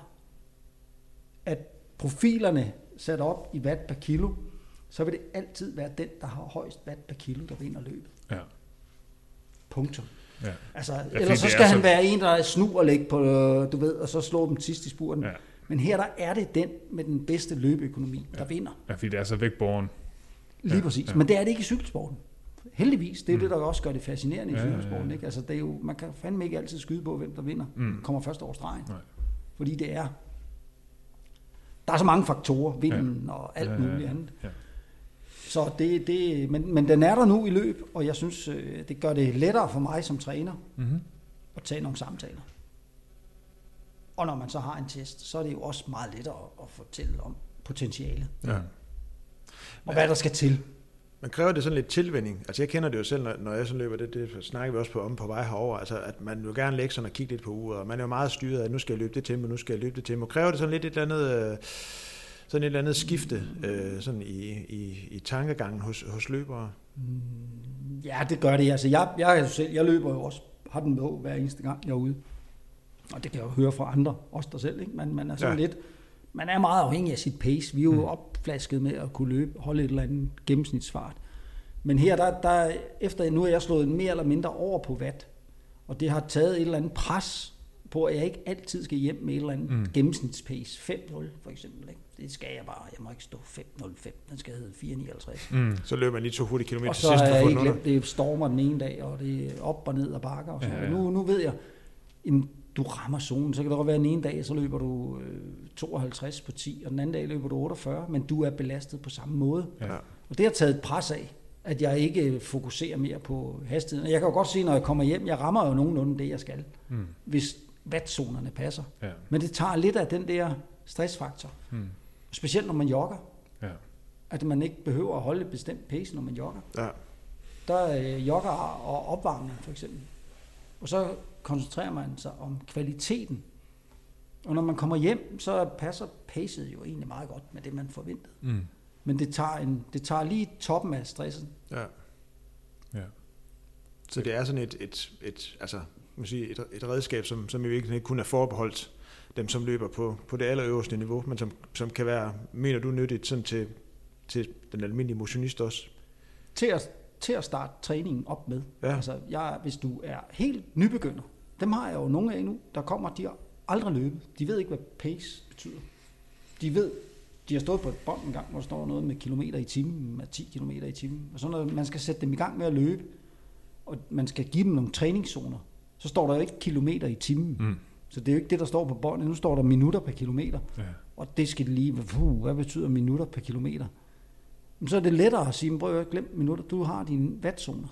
at profilerne sat op i watt per kilo, så vil det altid være den, der har højst watt per kilo, der vinder løbet. Ja. Punktum. Ja. Altså, ja, ellers så skal han så... være en, der er snu og lægge på, du ved, og så slå dem sidst i spurten. Ja. Men her der er det den med den bedste løbeøkonomi, der ja. vinder. Ja, fordi det er så vækborgen. Lige ja. præcis. Ja. Men det er det ikke i cykelsporten. Heldigvis. Det er jo mm. det, der også gør det fascinerende i ja, cykelsporten. Ja, ja. Ikke? Altså, det er jo, man kan fandme ikke altid skyde på, hvem der vinder. Mm. Kommer først over stregen. Nej. Fordi det er... Der er så mange faktorer. Vinden ja. og alt ja, ja, ja. muligt andet. Ja. Så det, det, men, men den er der nu i løb, og jeg synes, det gør det lettere for mig som træner mm-hmm. at tage nogle samtaler. Og når man så har en test, så er det jo også meget lettere at fortælle om potentialet. Ja. Og hvad der skal til. Man kræver det sådan lidt tilvænning. Altså jeg kender det jo selv, når, når jeg så løber, det, det snakker vi også på, om på vej herover. Altså at man vil gerne lægge sådan og kigge lidt på uret, og man er jo meget styret af, at nu skal jeg løbe det tempo, nu skal jeg løbe det tempo. Kræver det sådan lidt et eller andet, sådan et eller andet skifte øh, sådan i, i, i tankegangen hos, hos løbere? Ja, det gør det. Altså jeg, jeg, selv, jeg løber jo også, har den med hver eneste gang, jeg er ude. Og det kan jeg jo høre fra andre, også der selv, ikke? Man, man er sådan ja. lidt, man er meget afhængig af sit pace. Vi er jo mm. opflasket med at kunne løbe, holde et eller andet gennemsnitsfart. Men her, der, der, efter nu er jeg slået mere eller mindre over på watt, og det har taget et eller andet pres på, at jeg ikke altid skal hjem med et eller andet mm. gennemsnitspace. fem nul for eksempel, ikke? Det skal jeg bare. Jeg må ikke stå fem nul fem, den skal hedde fire nioghalvtreds. Mm. Så løber man lige to hundrede kilometer til sidst. Og så har jeg ikke glemt, det stormer den ene dag, og det er op og ned og bakker. Og så. Ja, ja. Nu, nu ved jeg, jamen, du rammer zonen, så kan det godt være, at den ene dag, så løber du øh, tooghalvtreds på ti, og den anden dag løber du otteogfyrre, men du er belastet på samme måde. Ja. Og det har taget et pres af, at jeg ikke fokuserer mere på hastigheden. Jeg kan jo godt se, når jeg kommer hjem, jeg rammer jo nogenlunde det, jeg skal, mm. hvis wattzonerne passer. Ja. Men det tager lidt af den der stressfaktor. Mm. Specielt når man jogger. Ja. At man ikke behøver at holde et bestemt pace, når man jogger. Ja. Der øh, jogger og opvarmning for eksempel. Og så koncentrerer man sig om kvaliteten. Og når man kommer hjem, så passer pacet jo egentlig meget godt med det, man forventede. Mm. Men det tager, en, det tager lige toppen af stressen. Ja. Ja. Så det er sådan et, et, et, altså, man sige, et, et redskab, som, som i virkeligheden ikke kun er forbeholdt dem, som løber på, på det allerøverste niveau, men som, som kan være, mener du, nyttigt sådan til, til den almindelige motionist også? Til at, til at starte træningen op med. Ja. Altså, jeg, hvis du er helt nybegynder, dem har jeg jo nogle af nu, der kommer, de har aldrig løbet. De ved ikke, hvad pace betyder. De ved, de har stået på et bånd en gang, hvor der står noget med kilometer i timen, med ti kilometer i timen. Og så når man skal sætte dem i gang med at løbe, og man skal give dem nogle træningszoner, så står der jo ikke kilometer i timen. Mm. Så det er jo ikke det, der står på båndet. Nu står der minutter per kilometer. Ja. Og det skal lige, puh, hvad betyder minutter per kilometer? Men så er det lettere at sige, prøv at glem minutter, du har dine wattzoner.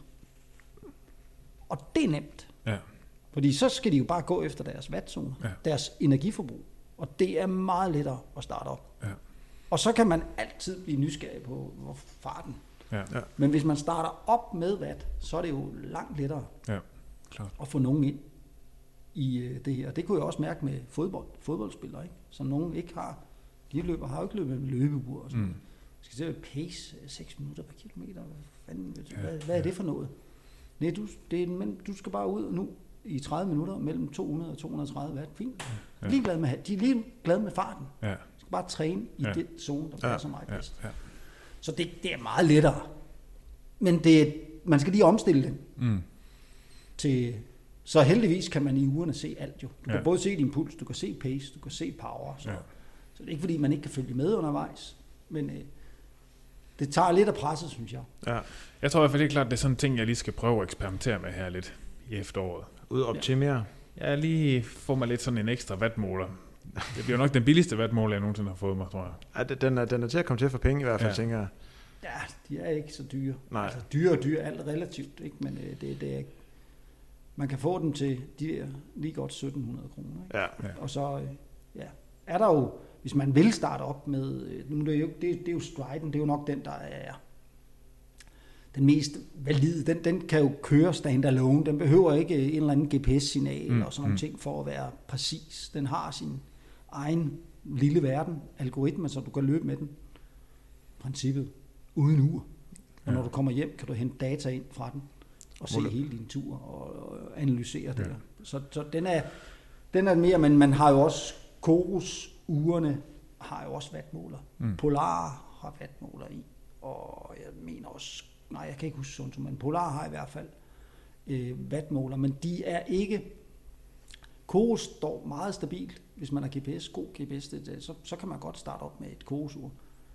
Og det er nemt. Ja. Fordi så skal de jo bare gå efter deres wattzoner, ja. Deres energiforbrug. Og det er meget lettere at starte op. Ja. Og så kan man altid blive nysgerrig på hvor farten. Ja. Ja. Men hvis man starter op med watt, så er det jo langt lettere ja. Klart. At få nogen ind i det her. Det kunne jeg også mærke med fodbold, fodboldspillere, ikke? Som nogen ikke har. De løber, har jo ikke løbet med løbeur og sådan. Mm. skal se pace seks minutter per kilometer. Hvad, fanden, ja, hvad, hvad er det for noget? Nej, du, det er, men du skal bare ud nu i tredive minutter mellem to hundrede og to hundrede og tredive watt. Fint. Ja. Lige glad med, de er lige glade med farten. Ja. Du skal bare træne i ja. den zone, der passer ja. mig bedst. Ja. Ja. Så det, det er meget lettere. Men det, man skal lige omstille det. Mm. Til, så heldigvis kan man i ugerne se alt jo. Du ja. kan både se din puls, du kan se pace, du kan se power. Så, ja. så det er ikke fordi, man ikke kan følge med undervejs. Men øh, det tager lidt af presset, synes jeg. Ja. Jeg tror i hvert fald, det er klart, det er sådan en ting, jeg lige skal prøve at eksperimentere med her lidt i efteråret. Ud og optimere? Ja, lige få mig lidt sådan en ekstra wattmåler. Det bliver nok den billigste wattmåler, jeg nogensinde har fået mig, tror jeg. Ja, den er, den er til at komme til for penge i hvert fald, ja. tænker jeg. Ja, de er ikke så dyre. Nej. Altså, dyre og dyre, alt relativt, ikke? Men øh, det, det er ikke. Man kan få dem til de der lige godt sytten hundrede kroner. Ikke? Ja. Ja. Og så øh, ja, er der jo, hvis man vil starte op med, øh, nu det er jo, det, det er jo Striden, det er jo nok den, der er den mest valide. Den, den kan jo køre standalone. Den behøver ikke en eller anden G P S-signal mm. og sådan nogle mm. ting for at være præcis. Den har sin egen lille verden, algoritme, så du kan løbe med den. Princippet uden ur. Og ja. når du kommer hjem, kan du hente data ind fra den og se hele din tur og, og analysere ja. det. Så, så den er den er mere, men man har jo også Chorus-urene har jo også wattmåler. Mm. Polar har wattmåler i, og jeg mener også, nej, jeg kan ikke huske sådan, men Polar har i hvert fald øh, wattmåler, men de er ikke. Chorus står meget stabilt, hvis man har G P S, god G P S, det, så, så kan man godt starte op med et Chorus-ur.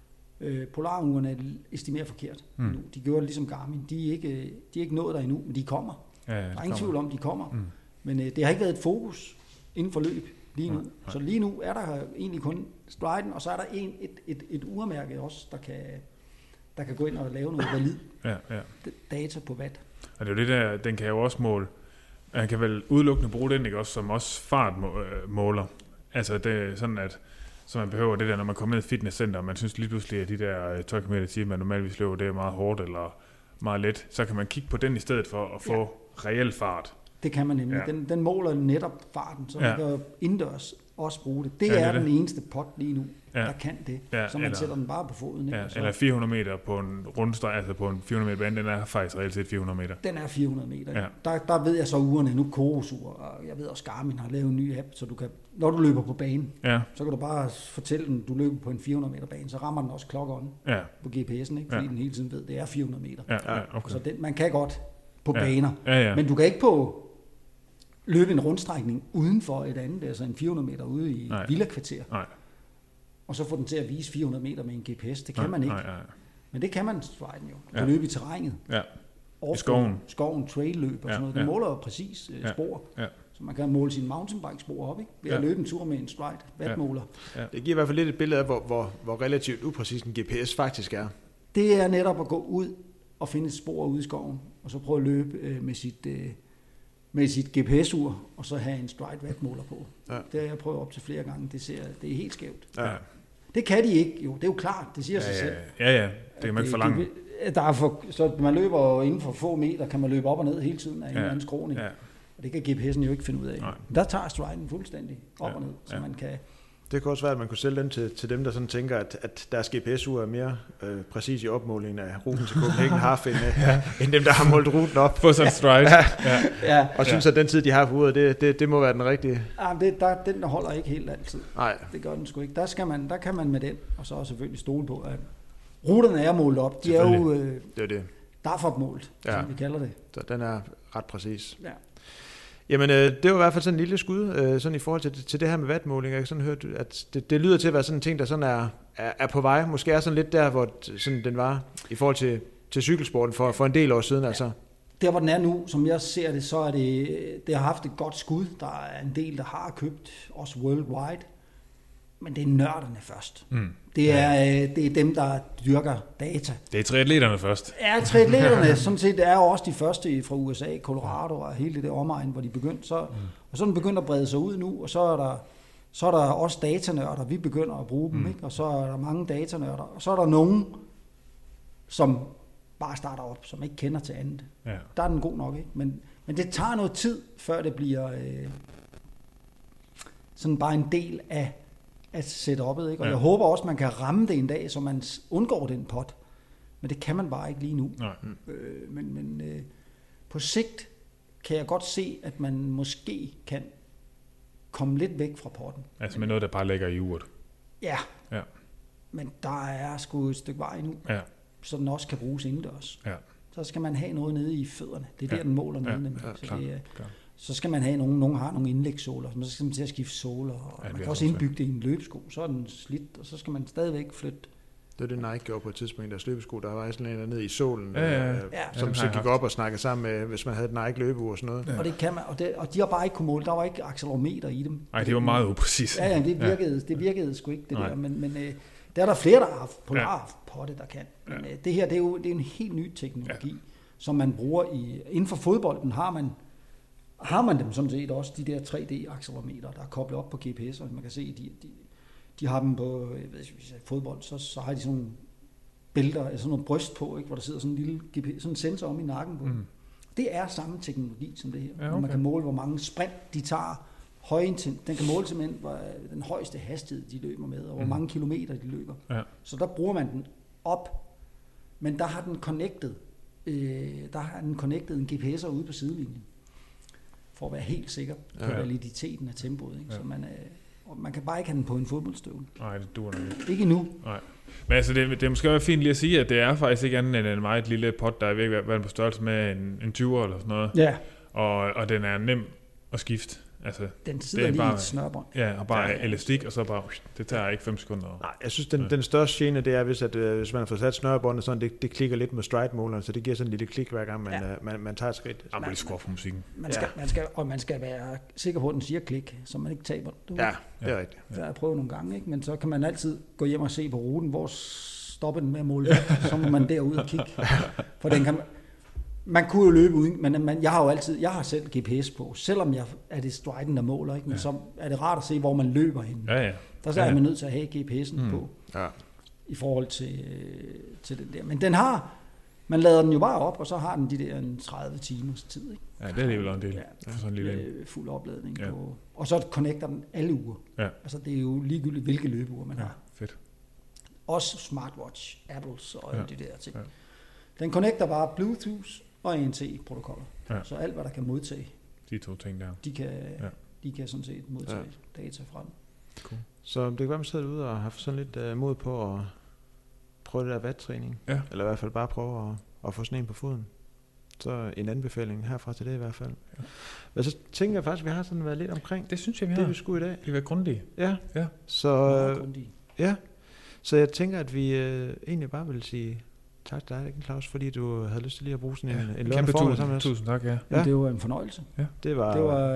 Øh, Polarurene estimerer forkert mm. nu. De gjorde det ligesom Garmin. De er ikke, de er ikke nået der endnu, men de kommer. Ja, ja, der er ingen kommer. tvivl om, de kommer. Mm. Men øh, det har ikke været et fokus inden for løb lige nu. Ja, ja. Så lige nu er der egentlig kun Striden, og så er der en, et, et, et urmærke også, der kan, der kan gå ind og lave noget valid ja, ja. data på watt. Og det er jo det der, den kan jo også måle. Man kan vel udelukkende bruge den, ikke, også som også fartmåler. Altså det er sådan, at så man behøver det der, når man kommer ned i fitnesscenter, og man synes lige pludselig, at de der tolv kilometer i timen, man normalvis løber, det er meget hårdt eller meget let, så kan man kigge på den i stedet for at få ja. reel fart. Det kan man nemlig. Ja. Den, den måler netop farten, så ja. man kan indendørs også bruge det. Det ja, er det den det. eneste pot lige nu, ja. der kan det. Ja, så man eller, sætter den bare på foden. Ja, så. Eller fire hundrede meter på en rundstreg, altså på en fire hundrede meter bane, den er faktisk reelt set fire hundrede meter. Den er fire hundrede meter. Ja. Der, der ved jeg så ugerne, nu Chorus-ur, og jeg ved også Garmin har lavet en ny app, så du kan, når du løber på banen, ja. så kan du bare fortælle den, du løber på en fire hundrede meter bane, så rammer den også klokkeren ja. på G P S'en, ikke? Fordi ja. den hele tiden ved, det er fire hundrede meter. Ja, ja, okay. Så den, man kan godt på ja. baner, ja, ja. men du kan ikke på løbe en rundstrækning uden for et andet, altså en fire hundrede meter ude i et villakvarter. Nej. Og så få den til at vise fire hundrede meter med en G P S. Det kan nej, man ikke. Nej, nej. Men det kan man Striden jo. Du kan ja. løbe i terrænet. Ja. I skoven. Skoven, trail-løb og ja, sådan noget. Det ja. måler jo præcis uh, spor. Ja. Ja. Så man kan måle sin mountainbike-spor op, ikke? Ved ja. at løbe en tur med en Stride wattmåler. Ja. Ja. Det giver i hvert fald lidt et billede af, hvor, hvor, hvor relativt upræcis en G P S faktisk er. Det er netop at gå ud og finde et spor ude i skoven, og så prøve at løbe uh, med sit... Uh, med sit G P S-ur, og så have en Stride wattmåler på. Ja. Det har jeg prøvet op til flere gange. Det ser, det er helt skævt. Ja. Det kan de ikke, jo. Det er jo klart, det siger ja, sig selv. Ja, ja. Det kan man ikke forlange. Der er for, så man løber inden for få meter, kan man løbe op og ned hele tiden af ja. en eller anden skråning. Ja. Og det kan G P S'en jo ikke finde ud af. Nej. Der tager Striden fuldstændig op ja. og ned, så ja. man kan... Det kan også være, at man kunne sælge den til, til dem, der sådan tænker, at, at deres G P S-ur er mere øh, præcis i opmålingen af ruten til Copenhagen Half, end, ja. end dem, der har målt ruten op. På sådan en Stride. Ja. Ja. Ja. Og synes, at den tid, de har på uret, det, det, det må være den rigtige. Ja, det, der, den holder ikke helt altid. Nej. Det gør den sgu ikke. Der, skal man, der kan man med den, og så selvfølgelig stole på, at ruterne er målt op. De er jo øh, det er det. D A F opmålt, ja. som vi kalder det. Så den er ret præcis. Ja. Jamen, øh, det var i hvert fald sådan en lille skud, øh, sådan i forhold til, til det her med wattmåling. Jeg har sådan hørt, at det, det lyder til at være sådan en ting, der sådan er, er, er på vej. Måske er sådan lidt der, hvor sådan den var i forhold til, til cykelsporten for, for en del år siden. Ja. Altså. Der, hvor den er nu, som jeg ser det, så er det, det har haft et godt skud. Der er en del, der har købt, også worldwide. Men det er nørderne først. Mm. Det, er, ja. det er dem, der dyrker data. Det er triatleterne først. Ja, triatleterne, sådan set, er jo også de første fra U S A, Colorado og hele det omegn, hvor de begyndte. Så, mm. Og så er den begyndt at brede sig ud nu, og så er der, så er der også datanørder. Vi begynder at bruge dem, mm. ikke? Og så er der mange datanørder. Og så er der nogen, som bare starter op, som ikke kender til andet. Ja. Der er den god nok, ikke? Men, men det tager noget tid, før det bliver øh, sådan bare en del af at setup'et, ikke? Og ja. jeg håber også, man kan ramme det en dag, så man undgår den pot. Men det kan man bare ikke lige nu. Nej. Øh, men men øh, på sigt kan jeg godt se, at man måske kan komme lidt væk fra potten. Altså med noget, der bare ligger i uret. Ja. Ja. Men der er sgu et stykke vej nu, ja. så den også kan bruges indendørs. Ja. Så skal man have noget nede i fødderne. Det er der, ja. den måler nede. Ja. Nemlig. Ja, så, klar, det er, klar. så skal man have nogen, nogen har nogle indlægssåler, så skal man til at skifte såler. Og ja, man kan også indbygge det i en løbesko, så er den slidt, og så skal man stadigvæk flytte. Det er det Nike gjorde på et tidspunkt i deres løbesko. Der var sådan en der nede i sålen, ja, ja, ja. som ja, så gik op og snakkede sammen med, hvis man havde et Nike løbeur og sådan noget. Ja. Og det kan man, og, det, og de har bare ikke kunne måle. Der var ikke accelerometer i dem. Nej, det var meget upræcis. Ja, ja, det virkede, det virkede sgu ikke det Nej. der. Men, men øh, der er der flere, der har haft polarpotte, der kan. Men øh, det her, det er jo det er en helt ny teknologi, ja. som man bruger i inden for fodbolden har man har man dem sådan set også de der tre D-accelerometer, der er koblet op på G P S'er. Man kan se, de, de, de har dem på jeg ved, hvis jeg fodbold, så, så har de sådan nogle bælter, altså sådan noget bryst på, ikke, hvor der sidder sådan en lille G P S, sådan en sensor om i nakken på. Mm. Det er samme teknologi som det her, ja, okay. hvor man kan måle, hvor mange sprint de tager, højintent, den kan måle simpelthen hvor den højeste hastighed, de løber med, og hvor mm. mange kilometer de løber. Ja. Så der bruger man den op, men der har den connected, øh, der har den connected en G P S'er ude på sidelinjen, for at være helt sikker på ja. validiteten af tempoet. Ikke? Ja. Så man, øh, man kan bare ikke have den på en fodboldstøvle. Nej, det duer nok ikke. Ikke endnu. Nej. Men altså, det, det er måske også fint lige at sige, at det er faktisk ikke andet end en meget lille pot, der er ved at være på størrelse med en, en tyver eller sådan noget. Ja. Og, og den er nem at skifte. Altså, den sidder lige i et snørbånd. Ja, og bare ja, ja. elastik, og så bare, det tager ikke fem sekunder. Nej, jeg synes, den, ja. den største gene, det er, hvis, at, øh, hvis man har fået sat snørbåndet, sådan, det, det klikker lidt med stride-måleren, så det giver sådan en lille klik, hver gang man, ja. øh, man, man tager et skridt. Ja, man bliver skruet for musikken. Man skal, ja. man skal, og man skal være sikker på, at den siger klik, så man ikke taber den. Ja, det er rigtigt. Det har jeg prøvet nogle gange, ikke? Men så kan man altid gå hjem og se på ruten, hvor stopper den med at måle, så må man derud og kigge. For den kan man, man kunne jo løbe uden, men man, jeg har jo altid, jeg har selv G P S på, selvom jeg er det striden, der måler, ikke? Men ja. så er det rart at se, hvor man løber hen. Ja, ja. Der så er ja, ja. man nødt til at have G P S'en mm. på, ja. i forhold til, til den der. Men den har, man lader den jo bare op, og så har den de der en tredive timers tid, ikke? Ja, det er alligevel en del. Ja, sådan en lille fuld opladning. Ja. På, og så connecter den alle uger. Ja. Altså det er jo ligegyldigt, hvilke løbeuger man ja, har. Fedt. Også smartwatch, Apples og alle ja. de der ting. Ja. Den connecter bare Bluetooth og A N T-protokoller. Ja. Så alt, hvad der kan modtage, de to ting der, de kan, ja. de kan sådan set modtage ja. data fra den. Cool. Så det kan være, man sidder ude og har sådan lidt uh, mod på at prøve det der vattræning. Ja. Eller i hvert fald bare prøve at, at få sådan en på foden. Så en anbefaling herfra til det i hvert fald. Ja. Men så tænker jeg faktisk, at vi har sådan været lidt omkring. Det synes jeg, vi har. Det vi skulle i dag. Vi har været grundige. Ja. ja. Så, ja. Så jeg tænker, at vi øh, egentlig bare vil sige tak til dig, Claus, fordi du havde lyst til lige at bruge sådan en, ja. en lørdag formiddag sammen med os. Tusind tak, ja. ja. Det var en fornøjelse. Ja. Det var, det var,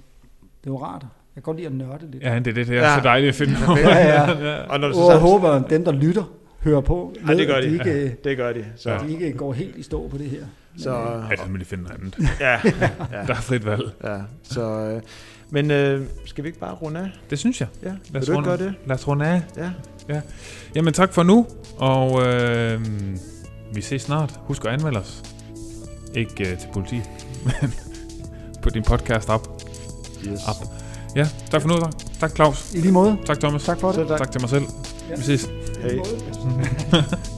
det var rart. Jeg kan godt lide at nørde lidt. Ja, det er det, det er ja. så dejligt at finde på. ja, ja. ja. Og, når du så og jeg håber, at dem, der lytter, hører på. Ja, det gør de. de ikke, ja, det gør de. Så de ikke går helt i stå på det her. Så, ja, det er simpelthen finde noget andet. ja, ja. Der er frit valg. Ja, så... Øh, men øh, skal vi ikke bare runde af? Det synes jeg. Ja. Lad os Vil du runde, ikke gøre det? Lad os runde af. Ja. ja. Jamen tak for nu, og øh, vi ses snart. Husk at anmelde os. Ikke øh, til politi, men på din podcast-app. Yes. App. Ja, tak for nu. Tak, tak Claus. I lige måde. Tak Thomas. Tak for det. Tak, tak til mig selv. Ja. Vi ses. Hej.